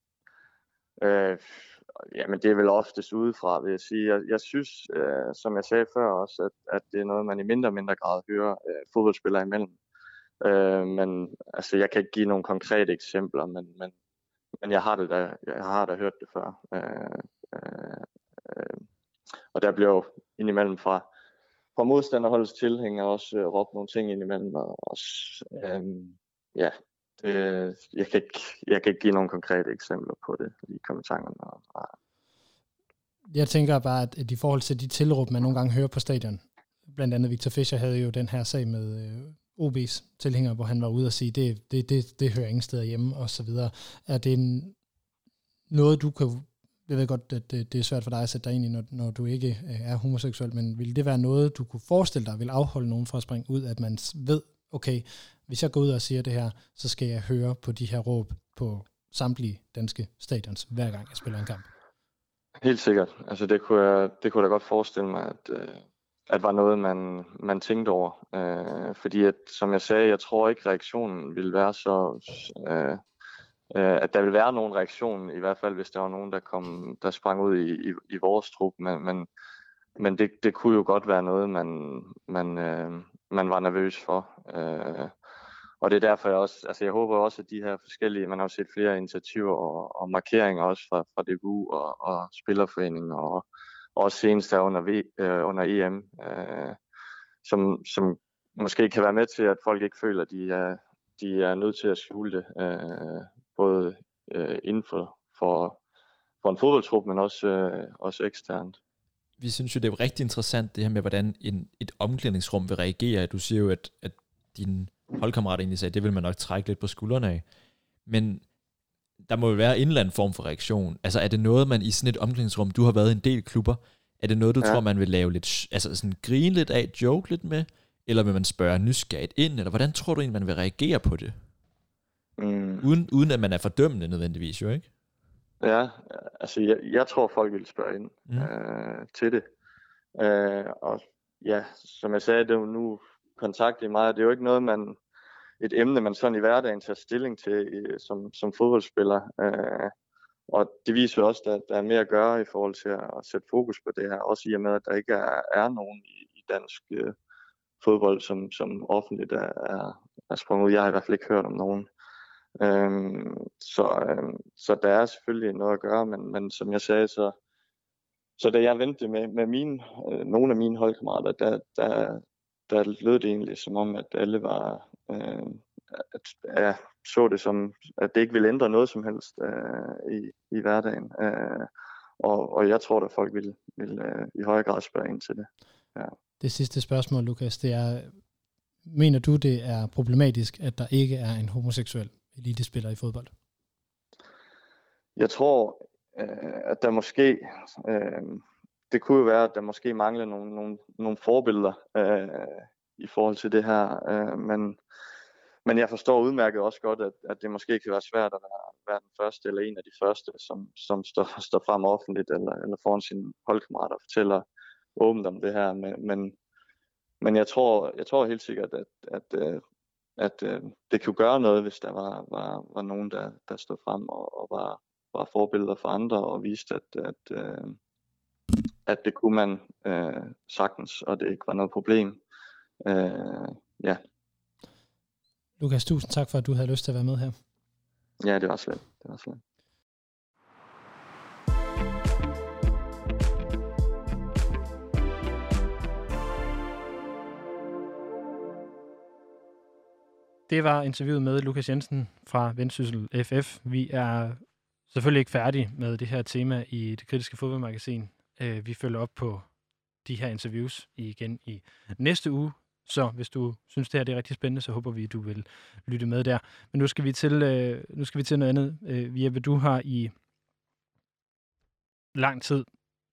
Men det er vel oftest udefra, vil jeg sige. Jeg synes, som jeg sagde før også, at det er noget, man i mindre og mindre grad hører fodboldspillere imellem. Men altså, jeg kan ikke give nogle konkrete eksempler, men jeg har da hørt det før. Og der blev indimellem fra modstanderholdets tilhængere også råbt nogle ting indimellem. Jeg kan ikke give nogle konkrete eksempler på det i kommentarerne. Jeg tænker bare, at i forhold til de tilråb, man nogle gange hører på stadion, blandt andet Victor Fischer havde jo den her sag med OB's tilhængere, hvor han var ude og sige, det hører ingen steder hjemme, og så videre. Er det noget, du kan... Jeg ved godt, at det er svært for dig at sætte dig ind i, når du ikke er homoseksuel, men vil det være noget, du kunne forestille dig, vil afholde nogen fra at springe ud, at man ved, okay, hvis jeg går ud og siger det her, så skal jeg høre på de her råb på samtlige danske stadions, hver gang jeg spiller en kamp? Helt sikkert. Altså det kunne jeg da godt forestille mig, at var noget, man tænkte over. Fordi at, som jeg sagde, jeg tror ikke, reaktionen ville være så... at der vil være nogen reaktion, i hvert fald hvis der var nogen, der sprang ud i vores trup, men det kunne jo godt være noget, man var nervøs for. Og det er derfor jeg håber også, at de her forskellige, man har jo set flere initiativer og markeringer også fra DBU og Spillerforeningen og også senest der under EM, som måske kan være med til, at folk ikke føler, at de er nødt til at skjule det, både inden for en fodboldtrup, men også eksternt. Vi synes jo, det er jo rigtig interessant, det her med, hvordan et omklædningsrum vil reagere. Du siger jo, at dine holdkammerater egentlig sagde, det vil man nok trække lidt på skuldrene af. Men der må jo være en eller anden form for reaktion. Altså er det noget, man i sådan et omklædningsrum, du har været i en del klubber, er det noget, du tror, man vil lave lidt, altså sådan grine lidt af, joke lidt med, eller vil man spørge nysgerrigt ind, eller hvordan tror du egentlig, man vil reagere på det? Uden at man er fordømmende nødvendigvis, jo ikke? Ja, altså jeg tror, folk vil spørge ind til det. Og ja, som jeg sagde, det er jo nu kontaktet mig, det er jo ikke noget, et emne, man sådan i hverdagen tager stilling til som fodboldspiller. Og det viser også, at der er mere at gøre i forhold til at sætte fokus på det her. Også i og med, at der ikke er nogen i dansk fodbold, som offentligt er sprunget ud. Jeg har i hvert fald ikke hørt om nogen. Så der er selvfølgelig noget at gøre, men som jeg sagde, så da jeg vendte med nogle af mine holdkammerater, der lød det egentlig som om, at alle var så det som, at det ikke ville ændre noget som helst i hverdagen. Og jeg tror, at folk vil i højere grad spørge ind til det. Ja. Det sidste spørgsmål, Lukas, det er, mener du, det er problematisk, at der ikke er en homoseksuel elitespiller i fodbold? Jeg tror, at der måske, det kunne jo være, at der måske mangler nogle forbilleder i forhold til det her, men jeg forstår udmærket også godt, at det måske kan være svært at være den første eller en af de første, som står frem offentligt eller foran sine holdkammerater og fortæller åbent om det her, men jeg tror helt sikkert, at det kunne gøre noget, hvis der var nogen, der stod frem og var forbilleder for andre og viste, at det kunne man sagtens, og det ikke var noget problem. Ja. Lukas, tusind tak for, at du havde lyst til at være med her. Ja, det var slet. Det var interviewet med Lukas Jensen fra Vendsyssel FF. Vi er selvfølgelig ikke færdige med det her tema i Det Kritiske Fodboldmagasin. Vi følger op på de her interviews igen i næste uge. Så hvis du synes, det her det er rigtig spændende, så håber vi, at du vil lytte med der. Men nu skal vi til noget andet. Jeppe, du har i lang tid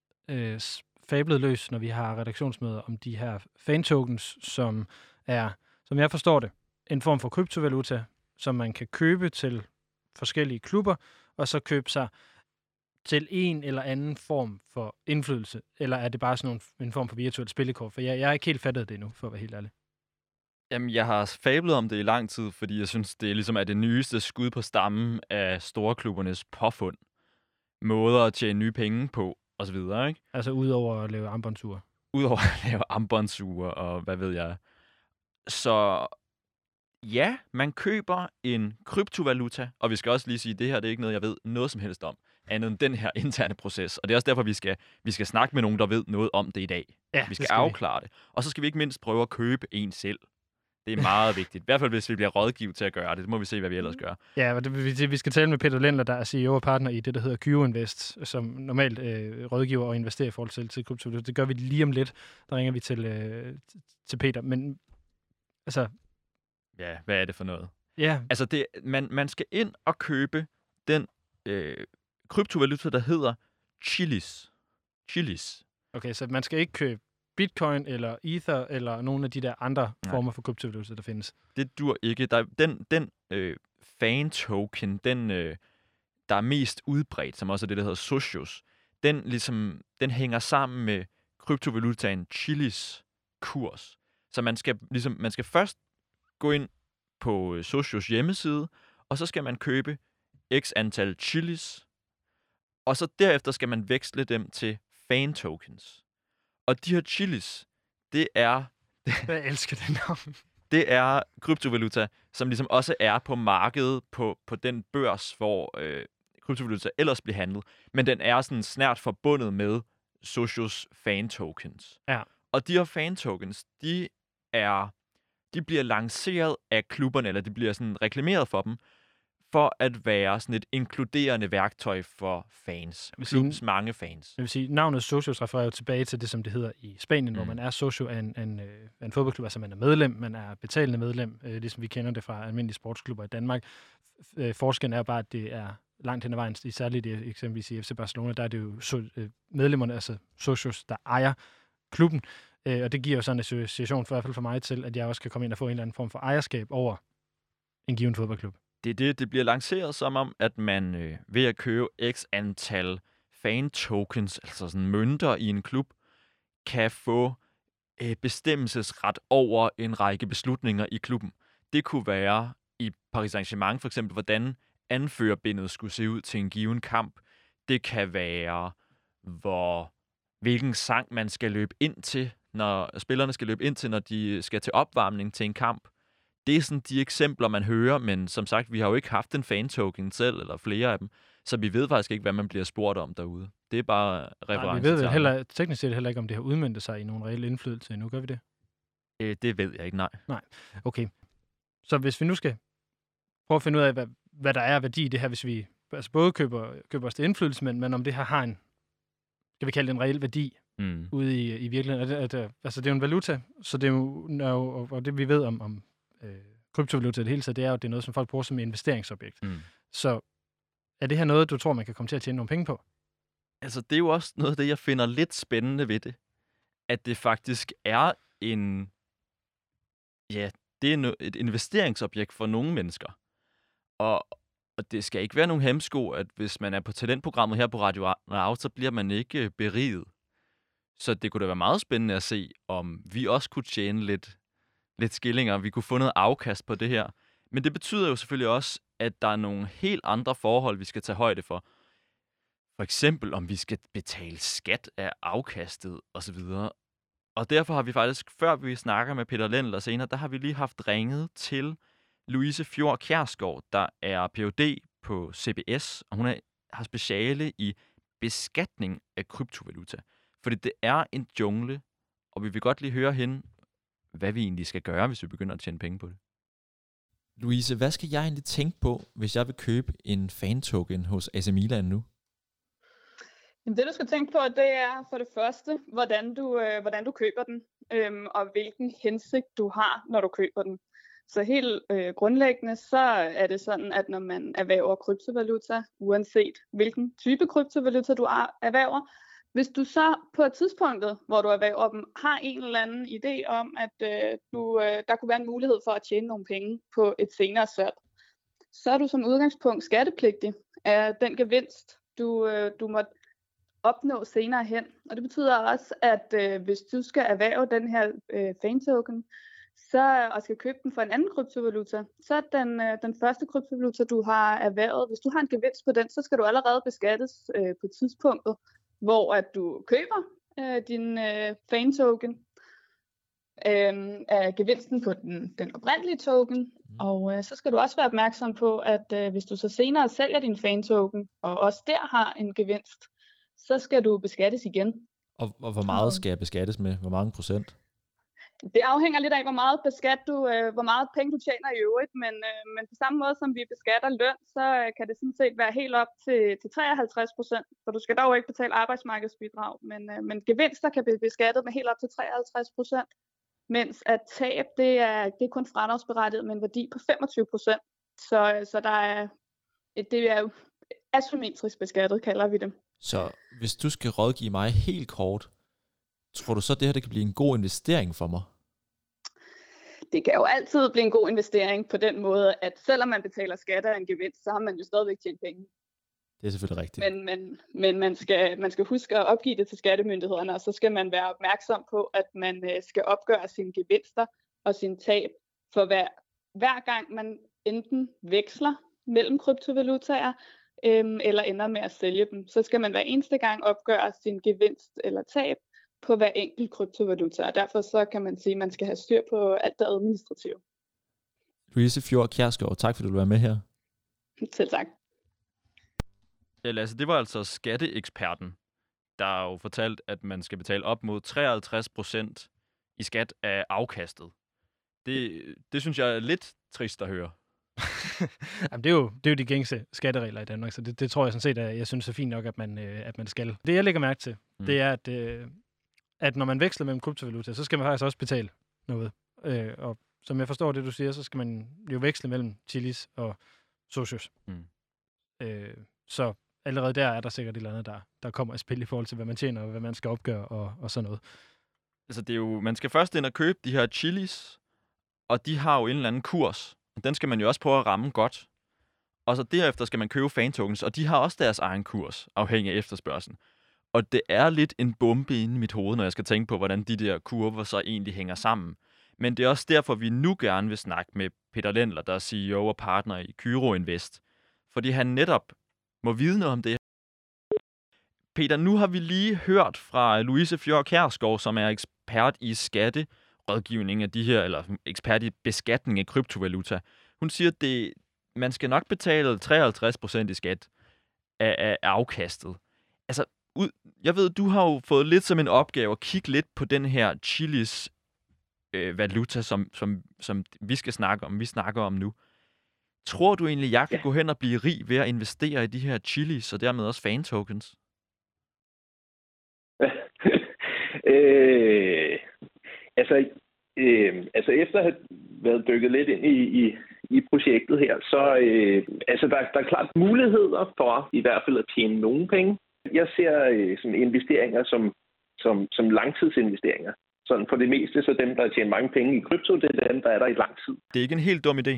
fablet løs, når vi har redaktionsmøder om de her fan-tokens, som er, som jeg forstår det, en form for kryptovaluta, som man kan købe til forskellige klubber, og så købe sig til en eller anden form for indflydelse, eller er det bare sådan en form for virtuel spillekort? For jeg har ikke helt fattet det endnu, for at være helt ærlig. Jamen, jeg har fablet om det i lang tid, fordi jeg synes, det ligesom er det nyeste skud på stammen af storklubbernes påfund. Måder at tjene nye penge på, og så videre, ikke? Altså udover at lave armbåndsure. Udover at lave armbåndsure, og hvad ved jeg. Så ja, man køber en kryptovaluta, og vi skal også lige sige, at det her det er ikke noget, jeg ved noget som helst om, andet end den her interne proces. Og det er også derfor, vi skal snakke med nogen, der ved noget om det i dag. Ja, vi skal afklare det. Og så skal vi ikke mindst prøve at købe en selv. Det er meget vigtigt. I hvert fald, hvis vi bliver rådgivet til at gøre det. Det må vi se, hvad vi ellers gør. Ja, vi skal tale med Peter Lendler, der er CEO og partner i det, der hedder QInvest, som normalt rådgiver og investerer i forhold til kryptovaluta. Det gør vi lige om lidt. Der ringer vi til Peter. Men altså... Ja, hvad er det for noget? Ja. Altså, man skal ind og købe den kryptovaluta, der hedder Chilis. Okay, så man skal ikke købe Bitcoin eller Ether eller nogle af de der andre former for kryptovaluta, der findes. Det dur ikke. Den fan-token, der er mest udbredt, som også er det, der hedder Socios, den hænger sammen med kryptovalutaen Chilis kurs. Så man skal først gå ind på Socios hjemmeside, og så skal man købe x antal Chilis, og så derefter skal man veksle dem til fan-tokens. Og de her Chilis, det er... Jeg elsker det navn. Det er kryptovaluta, som ligesom også er på markedet på den børs, hvor kryptovaluta ellers bliver handlet. Men den er sådan snært forbundet med Socios fan-tokens. Ja. Og de her fan-tokens, de er de bliver lanceret af klubberne, eller de bliver sådan reklameret for dem, for at være sådan et inkluderende værktøj for fans. Klubbens mange fans. Jeg vil sige, navnet Socios refererer jo tilbage til det, som det hedder i Spanien, hvor man er socio af en fodboldklub, altså man er medlem, man er betalende medlem, ligesom vi kender det fra almindelige sportsklubber i Danmark. Forskellen er bare, at det er langt hen ad vejen, særligt eksempelvis i FC Barcelona, der er det jo medlemmerne, altså socios, der ejer klubben, og det giver jo sådan en association, for i hvert fald for mig, til, at jeg også kan komme ind og få en eller anden form for ejerskab over en given fodboldklub. Det bliver lanceret som om, at man ved at købe x antal fan-tokens, altså sådan mønter i en klub, kan få bestemmelsesret over en række beslutninger i klubben. Det kunne være i Paris Saint-Germain for eksempel, hvordan anførerbindet skulle se ud til en given kamp. Det kan være, hvilken sang man skal løbe ind til, når spillerne skal løbe ind til, når de skal til opvarmning til en kamp. Det er sådan de eksempler, man hører, men som sagt, vi har jo ikke haft en fan-token selv, eller flere af dem, så vi ved faktisk ikke, hvad man bliver spurgt om derude. Det er bare reference. Vi ved vel teknisk set heller ikke, om det har udmøntet sig i nogen reel indflydelse endnu. Gør vi det? Det ved jeg ikke, nej. Nej, okay. Så hvis vi nu skal prøve at finde ud af, hvad der er værdi i det her, hvis vi altså både køber os til indflydelse, men om det her har en, skal vi kalde det en reel værdi ude i virkeligheden. Altså det er jo en valuta, så det er jo, og det vi ved om kryptovaluta i det hele taget, det er jo, det er noget, som folk bruger som investeringsobjekt. Så er det her noget, du tror, man kan komme til at tjene nogle penge på? Altså, det er jo også noget af det, jeg finder lidt spændende ved det. At det faktisk er det er et investeringsobjekt for nogle mennesker. Og det skal ikke være nogen hemsko, at hvis man er på talentprogrammet her på Radio Now, så bliver man ikke beriget. Så det kunne da være meget spændende at se, om vi også kunne tjene lidt skillinger, vi kunne få noget afkast på det her. Men det betyder jo selvfølgelig også, at der er nogle helt andre forhold, vi skal tage højde for. For eksempel, om vi skal betale skat af afkastet osv. Og derfor har vi faktisk, før vi snakker med Peter Lendl og senere, der har vi lige haft ringet til Louise Fjord Kjærsgaard, der er Ph.D. på CBS, og hun har speciale i beskatning af kryptovaluta. Fordi det er en jungle, og vi vil godt lige høre hende, hvad vi egentlig skal gøre, hvis vi begynder at tjene penge på det. Louise, hvad skal jeg egentlig tænke på, hvis jeg vil købe en fan-token hos AC Milan nu? Jamen, det du skal tænke på, det er for det første, hvordan du køber den, og hvilken hensigt du har, når du køber den. Så helt grundlæggende, så er det sådan, at når man erhverver kryptovaluta, uanset hvilken type kryptovaluta du erhverver, hvis du så på et tidspunkt, hvor du erhverver dem, har en eller anden idé om, at der kunne være en mulighed for at tjene nogle penge på et senere salg, så er du som udgangspunkt skattepligtig af den gevinst, du måtte opnå senere hen. Og det betyder også, at hvis du skal erhverve den her fan-token, og skal købe den for en anden kryptovaluta, så er den første kryptovaluta, du har erhvervet, hvis du har en gevinst på den, så skal du allerede beskattes på tidspunktet, hvor at du køber din fan-token af gevinsten på den oprindelige token. Og så skal du også være opmærksom på, at hvis du så senere sælger din fan-token, og også der har en gevinst, så skal du beskattes igen. Og hvor meget skal jeg beskattes med? Hvor mange procent? Det afhænger lidt af, hvor meget penge du tjener i øvrigt, men på samme måde som vi beskatter løn, så kan det sådan set være helt op til 53%, for du skal dog ikke betale arbejdsmarkedsbidrag, men gevinster kan blive beskattet med helt op til 53%, mens at tab, det er kun fradragsberettiget med en værdi på 25%, så det er jo asymmetrisk beskattet, kalder vi det. Så hvis du skal rådgive mig helt kort, tror du så, det her det kan blive en god investering for mig? Det kan jo altid blive en god investering på den måde, at selvom man betaler skat af en gevinst, så har man jo stadigvæk tjent penge. Det er selvfølgelig rigtigt. Men man skal huske at opgive det til skattemyndighederne, og så skal man være opmærksom på, at man skal opgøre sine gevinster og sine tab for hver gang man enten veksler mellem kryptovalutaer, eller ender med at sælge dem. Så skal man hver eneste gang opgøre sin gevinst eller tab på hver enkelt kryptovaluta, og derfor så kan man sige, at man skal have styr på alt det administrative. Louise Fjord Kjærsgaard, tak fordi du var med her. Selv tak. Ja, Lasse, det var altså skatteeksperten, der jo fortalt, at man skal betale op mod 53% i skat af afkastet. Det synes jeg er lidt trist at høre. Jamen, det er jo de gængse skatteregler i Danmark, så det tror jeg sådan set, at jeg synes er fint nok, at man skal. Det, jeg lægger mærke til, det er, at når man veksler mellem kryptovaluta, så skal man faktisk også betale noget. Og som jeg forstår det, du siger, så skal man jo veksle mellem Chilis og Socios. Så allerede der er der sikkert et eller andet, der kommer i spil i forhold til, hvad man tjener, og hvad man skal opgøre og sådan noget. Altså, det er jo, man skal først ind og købe de her chilis, og de har jo en eller anden kurs. Den skal man jo også prøve at ramme godt. Og så derefter skal man købe fan-tokens, og de har også deres egen kurs, afhængig af efterspørgslen. Og det er lidt en bombe inde i mit hoved, når jeg skal tænke på, hvordan de der kurver så egentlig hænger sammen. Men det er også derfor, vi nu gerne vil snakke med Peter Lendler, der er CEO og partner i Kyro Invest. Fordi han netop må vide noget om det. Peter, nu har vi lige hørt fra Louise Fjord Kjærsgaard, som er ekspert i skatterådgivning af de her, eller ekspert i beskatning af kryptovaluta. Hun siger, at man skal nok betale 53% i skat af afkastet. Altså, jeg ved, du har jo fået lidt som en opgave at kigge lidt på den her Chilis valuta, som vi snakker om nu. Tror du egentlig, jeg kan gå hen og blive rig ved at investere i de her chilis, og dermed også fan-tokens? Altså efter at have været dykket lidt ind i projektet her, så der er klart muligheder for i hvert fald at tjene nogle penge. Jeg ser sådan investeringer som langtidsinvesteringer. Sådan for det meste, så dem, der tjener mange penge i krypto, det er dem, der er der i lang tid. Det er ikke en helt dum idé.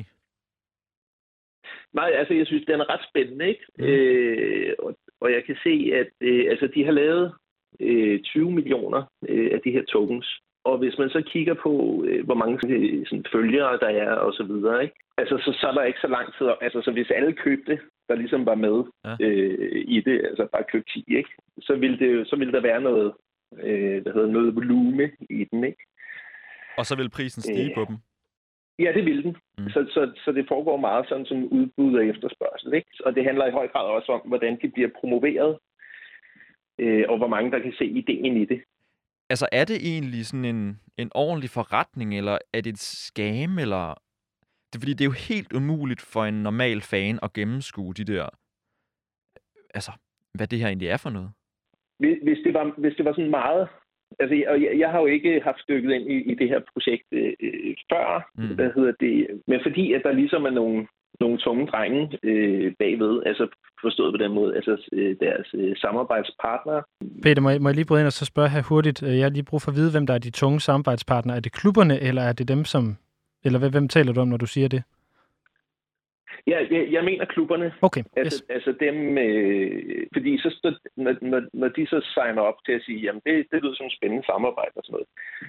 Nej, altså jeg synes, den er ret spændende, ikke? Og jeg kan se, at de har lavet 20 millioner af de her tokens. Og hvis man så kigger på, hvor mange sådan, følgere der er og så videre, ikke? Altså så er der ikke så lang tid. Altså så hvis alle købte, der ligesom var med i det, altså bare købte 10, ikke? Så ville der være noget, noget volume i den, ikke? Og så vil prisen stige på dem? Ja, det vil den. Så det foregår meget sådan som udbud og efterspørgsel, ikke? Og det handler i høj grad også om, hvordan de bliver promoveret, og hvor mange der kan se ideen i det. Altså, er det egentlig sådan en ordentlig forretning, eller er det et scam, eller... Fordi det er jo helt umuligt for en normal fan at gennemskue de der... Altså, hvad det her egentlig er for noget. Hvis det var sådan meget... Altså, jeg har jo ikke haft stykket ind i det her projekt før, men fordi at der ligesom er nogle tunge drenge bagved, altså forstået på den måde, altså deres samarbejdspartnere. Peter, må jeg lige bryde ind og så spørge her hurtigt. Jeg har lige brug for at vide, hvem der er de tunge samarbejdspartnere. Er det klubberne, eller er det dem, som... Eller hvem taler du om, når du siger det? Ja, jeg mener klubberne. Okay, yes. Altså dem, fordi så når de så signer op til at sige, jamen det lyder som en spændende samarbejde og sådan noget,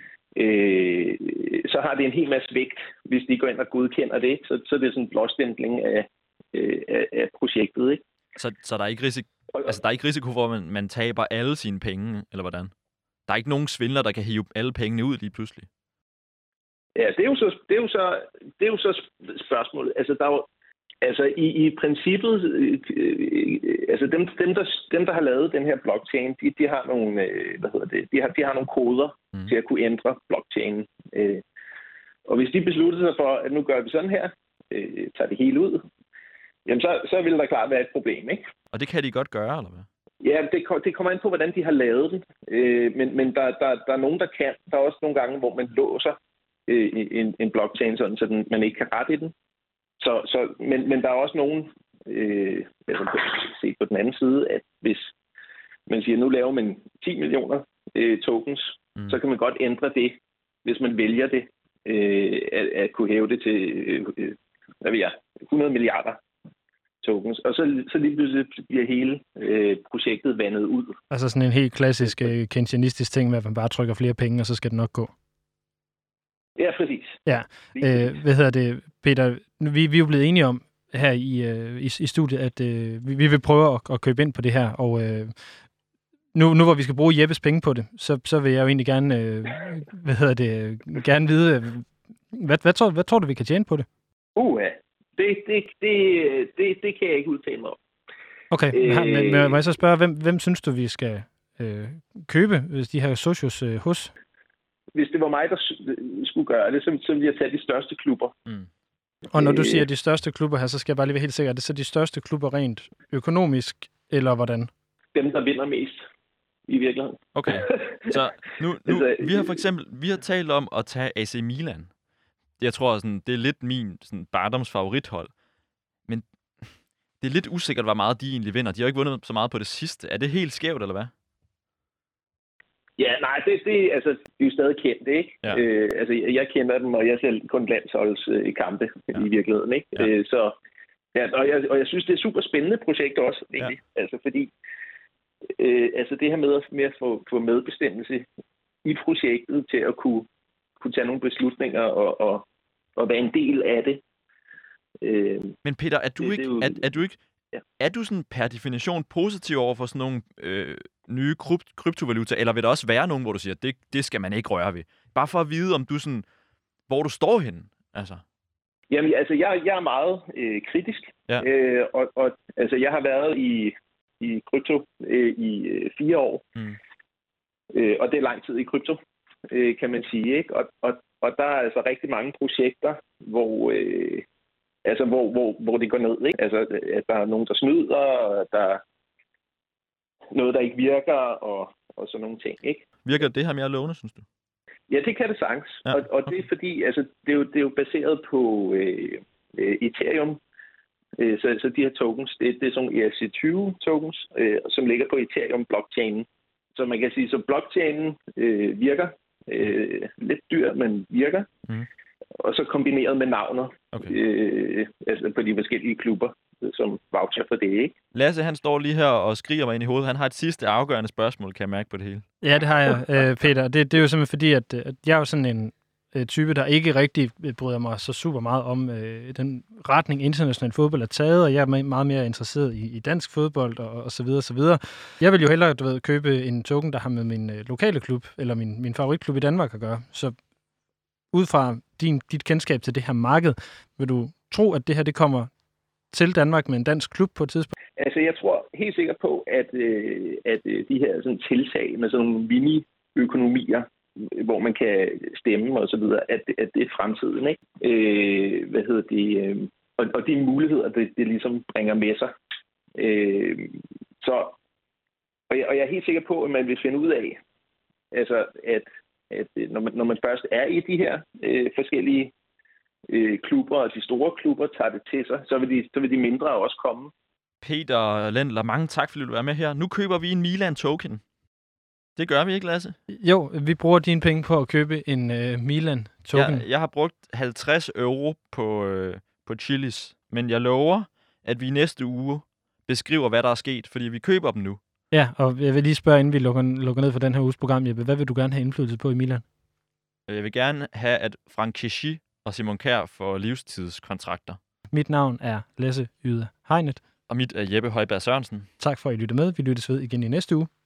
så har det en hel masse vægt, hvis de går ind og godkender det, så er det sådan en blåstempling af projektet, ikke? Så der er ikke der er ikke risiko for, at man taber alle sine penge, eller hvordan? Der er ikke nogen svindler, der kan hive alle pengene ud lige pludselig? Ja, det er jo så spørgsmålet. Altså, der er jo, altså i princippet, altså dem der har lavet den her blockchain, de har nogle, de har nogle koder til at kunne ændre blockchainen. Og hvis de beslutter sig for, at nu gør vi sådan her, tager det hele ud, jamen så vil der klart være et problem, ikke? Og det kan de godt gøre, eller hvad? Ja, det kommer ind på, hvordan de har lavet den. Men der er nogen, der kan. Der er også nogle gange, hvor man låser en blockchain, sådan, så man ikke kan rette i den. Men der er også nogen, se på den anden side, at hvis man siger, nu laver man 10 millioner tokens, så kan man godt ændre det, hvis man vælger det, at kunne hæve det til 100 milliarder tokens. Og så lige pludselig bliver hele projektet vandet ud. Altså sådan en helt klassisk keynesianistisk ting med, at man bare trykker flere penge, og så skal det nok gå. Ja, præcis. Ja, hvad hedder det, Peter? Vi er jo blevet enige om her i studiet, at vi vil prøve at købe ind på det her, og nu hvor vi skal bruge Jeppes penge på det, så vil jeg jo egentlig gerne, gerne vide, hvad tror du, vi kan tjene på det? Det kan jeg ikke udtale mig om. Okay, men må jeg så spørge, hvem synes du, vi skal købe, hvis de her socios hos? hvis det var mig, der skulle gøre det, så ville jeg tage de største klubber. Mm. Og når du siger de største klubber her, så skal jeg bare lige være helt sikker, er det så de største klubber rent økonomisk, eller hvordan? Dem, der vinder mest i virkeligheden. Okay, så nu vi har for eksempel talt om at tage AC Milan. Jeg tror, sådan, det er lidt min sådan, barndoms favorithold. Men det er lidt usikkert, hvor meget de egentlig vinder. De har ikke vundet så meget på det sidste. Er det helt skævt, eller hvad? Ja, nej, det er jo stadig kendt, ikke? Ja. Jeg kender dem, og jeg ser kun landsholdskampe i virkeligheden, ikke? Ja. Og jeg synes, det er et super spændende projekt også, egentlig. Ja. Altså, fordi det her med at få medbestemmelse i projektet til at kunne tage nogle beslutninger og være en del af det. Men Peter, er du sådan per definition positiv over for sådan nogle nye kryptovaluta, eller vil der også være nogen, hvor du siger, det skal man ikke røre ved? Bare for at vide, om du sådan, hvor du står henne, altså. Jamen, altså, jeg er meget kritisk, og jeg har været i krypto i 4 år, og det er lang tid i krypto, kan man sige, ikke? Og der er altså rigtig mange projekter, hvor det går ned, ikke? Altså, at der er nogen, der snyder, og der er noget, der ikke virker, og sådan nogle ting, ikke? Virker det her mere lovende, synes du? Ja, det kan det sagtens. Ja. Og det er fordi, altså, det er jo baseret på Ethereum. Så de her tokens, det er sådan ERC20 tokens, som ligger på Ethereum-blockchainen. Så man kan sige, så blockchainen virker lidt dyr, men virker. Mm. Og så kombineret med navnet på de forskellige klubber, som voucher for det, ikke? Lasse, han står lige her og skriger mig ind i hovedet. Han har et sidste afgørende spørgsmål, kan jeg mærke på det hele. Ja, det har jeg, Peter. Det er jo simpelthen fordi, at jeg er jo sådan en type, der ikke rigtig bryder mig så super meget om den retning international fodbold er taget, og jeg er meget mere interesseret i dansk fodbold og så videre, så videre. Jeg vil jo hellere, købe en token, der har med min lokale klub, eller min favoritklub i Danmark at gøre. Så ud fra dit kendskab til det her marked, vil du tro, at det her det kommer til Danmark med en dansk klub på et tidspunkt? Altså, jeg tror helt sikkert på, at de her sådan, tiltag med sådan nogle mini-økonomier, hvor man kan stemme og så videre, at det er fremtiden, ikke? Og de muligheder, det ligesom bringer med sig. Og jeg er helt sikker på, at man vil finde ud af, altså, at når man først er i de her forskellige klubber, og de store klubber tager det til sig, så vil de mindre også komme. Peter Lendler, mange tak, fordi du er med her. Nu køber vi en Milan-token. Det gør vi ikke, Lasse? Jo, vi bruger dine penge på at købe en Milan-token. Jeg har brugt 50 euro på Chilis, men jeg lover, at vi næste uge beskriver, hvad der er sket, fordi vi køber dem nu. Ja, og jeg vil lige spørge, inden vi lukker ned for den her uges program, Jeppe. Hvad vil du gerne have indflydelse på i Milan? Jeg vil gerne have, at Frank Kessié og Simon Kjær får livstidskontrakter. Mit navn er Lasse Yde Hegnet. Og mit er Jeppe Højberg Sørensen. Tak for, at I lyttede med. Vi lyttes ved igen i næste uge.